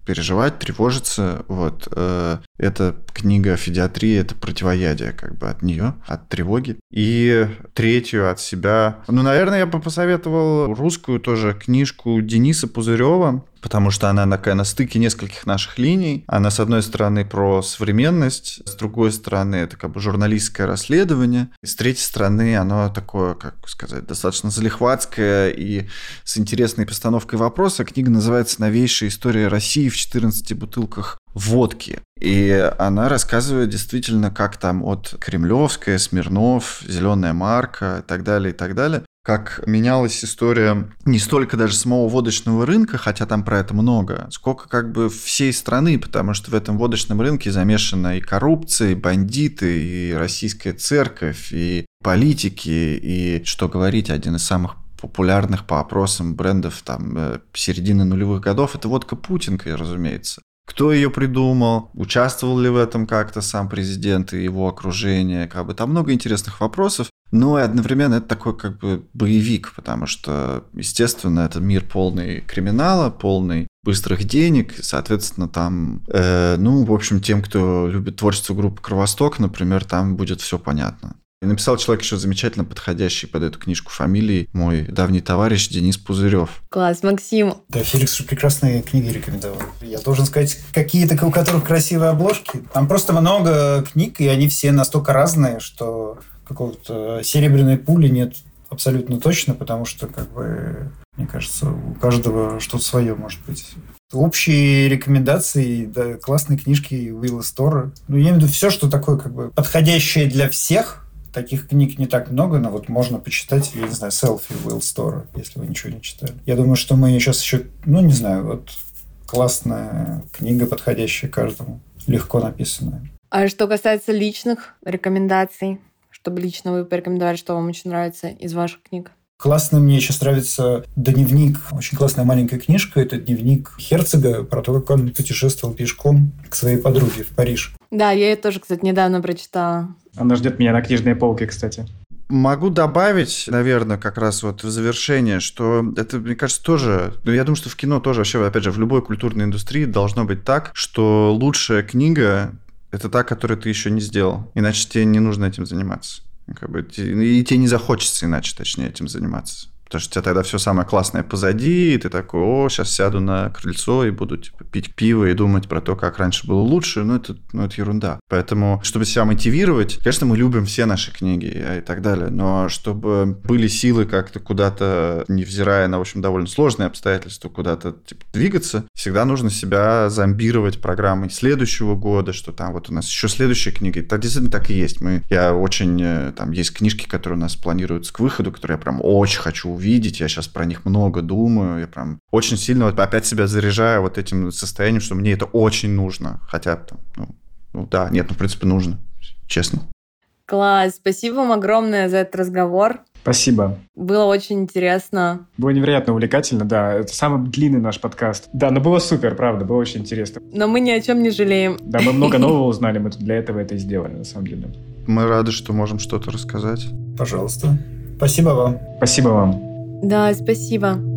переживать, тревожиться. Вот. Эта книга «Федиатрия» — это противоядие как бы от нее, от тревоги. И третью от себя... Ну, наверное, я бы посоветовал русскую тоже книжку Дениса Пузырева, потому что она такая на стыке нескольких наших линий. Она, с одной стороны, про современность, с другой стороны, это как бы журналистское расследование, и с третьей стороны, оно такое, как сказать, достаточно залихватское и с интересной постановкой вопроса. Книга называется «Новейшая история России в четырнадцати бутылках водки». И она рассказывает действительно, как там от Кремлевская, Смирнов, Зеленая марка и так далее, и так далее, как менялась история не столько даже самого водочного рынка, хотя там про это много, сколько как бы всей страны, потому что в этом водочном рынке замешана и коррупция, и бандиты, и российская церковь, и политики, и, что говорить, один из самых популярных по опросам брендов там середины нулевых годов — это водка Путинка, разумеется. Кто ее придумал, участвовал ли в этом как-то сам президент и его окружение, как бы там много интересных вопросов, но и одновременно это такой как бы боевик, потому что, естественно, это мир полный криминала, полный быстрых денег, соответственно, там, э, ну, в общем, тем, кто любит творчество группы «Кровосток», например, там будет все понятно. И написал человек еще замечательно подходящий под эту книжку фамилии, мой давний товарищ Денис Пузырев. Класс, Максим. Да, Феликс же прекрасные книги рекомендовал. Я должен сказать, какие-то, у которых красивые обложки. Там просто много книг, и они все настолько разные, что какого-то серебряной пули нет абсолютно точно, потому что, как бы, мне кажется, у каждого что-то свое может быть. Общие рекомендации, да, классные книжки Уилла Стора. Ну, я имею в виду все, что такое, как бы, подходящее для всех. Таких книг не так много, но вот можно почитать, я не знаю, «Селфи» Уилл Стора, если вы ничего не читали. Я думаю, что мы сейчас еще, ну, не знаю, вот классная книга, подходящая каждому, легко написанная. А что касается личных рекомендаций, чтобы лично вы порекомендовали, что вам очень нравится из ваших книг? Классно, мне сейчас нравится «Дневник». Очень классная маленькая книжка. Это дневник Херцога про то, как он путешествовал пешком к своей подруге в Париж. Да, я ее тоже, кстати, недавно прочитала. Она ждет меня на книжной полке, кстати. Могу добавить, наверное, как раз вот в завершение, что это, мне кажется, тоже... Ну, я думаю, что в кино тоже вообще, опять же, в любой культурной индустрии должно быть так, что лучшая книга — это та, которую ты еще не сделал. Иначе тебе не нужно этим заниматься. Как бы, и тебе не захочется иначе, точнее, этим заниматься. Потому что у тебя тогда все самое классное позади, и ты такой: о, сейчас сяду на крыльцо и буду типа пить пиво и думать про то, как раньше было лучше. Ну, это, ну, это ерунда. Поэтому, чтобы себя мотивировать, конечно, мы любим все наши книги и так далее, но чтобы были силы как-то куда-то, невзирая на, в общем, довольно сложные обстоятельства, куда-то типа двигаться, всегда нужно себя зомбировать программой следующего года, что там вот у нас еще следующая книга. Это действительно так и есть. Мы, я очень... Там есть книжки, которые у нас планируются к выходу, которые я прям очень хочу увидеть. Видеть, я сейчас про них много думаю, я прям очень сильно вот опять себя заряжаю вот этим состоянием, что мне это очень нужно, хотя, ну, ну да, нет, ну в принципе нужно, честно. Класс, спасибо вам огромное за этот разговор. Спасибо. Было очень интересно. Было невероятно увлекательно, да, это самый длинный наш подкаст. Да, но было супер, правда, было очень интересно. Но мы ни о чем не жалеем. Да, мы много нового узнали, мы для этого это и сделали, на самом деле. Мы рады, что можем что-то рассказать. Пожалуйста. Спасибо вам. Спасибо вам. Да, спасибо.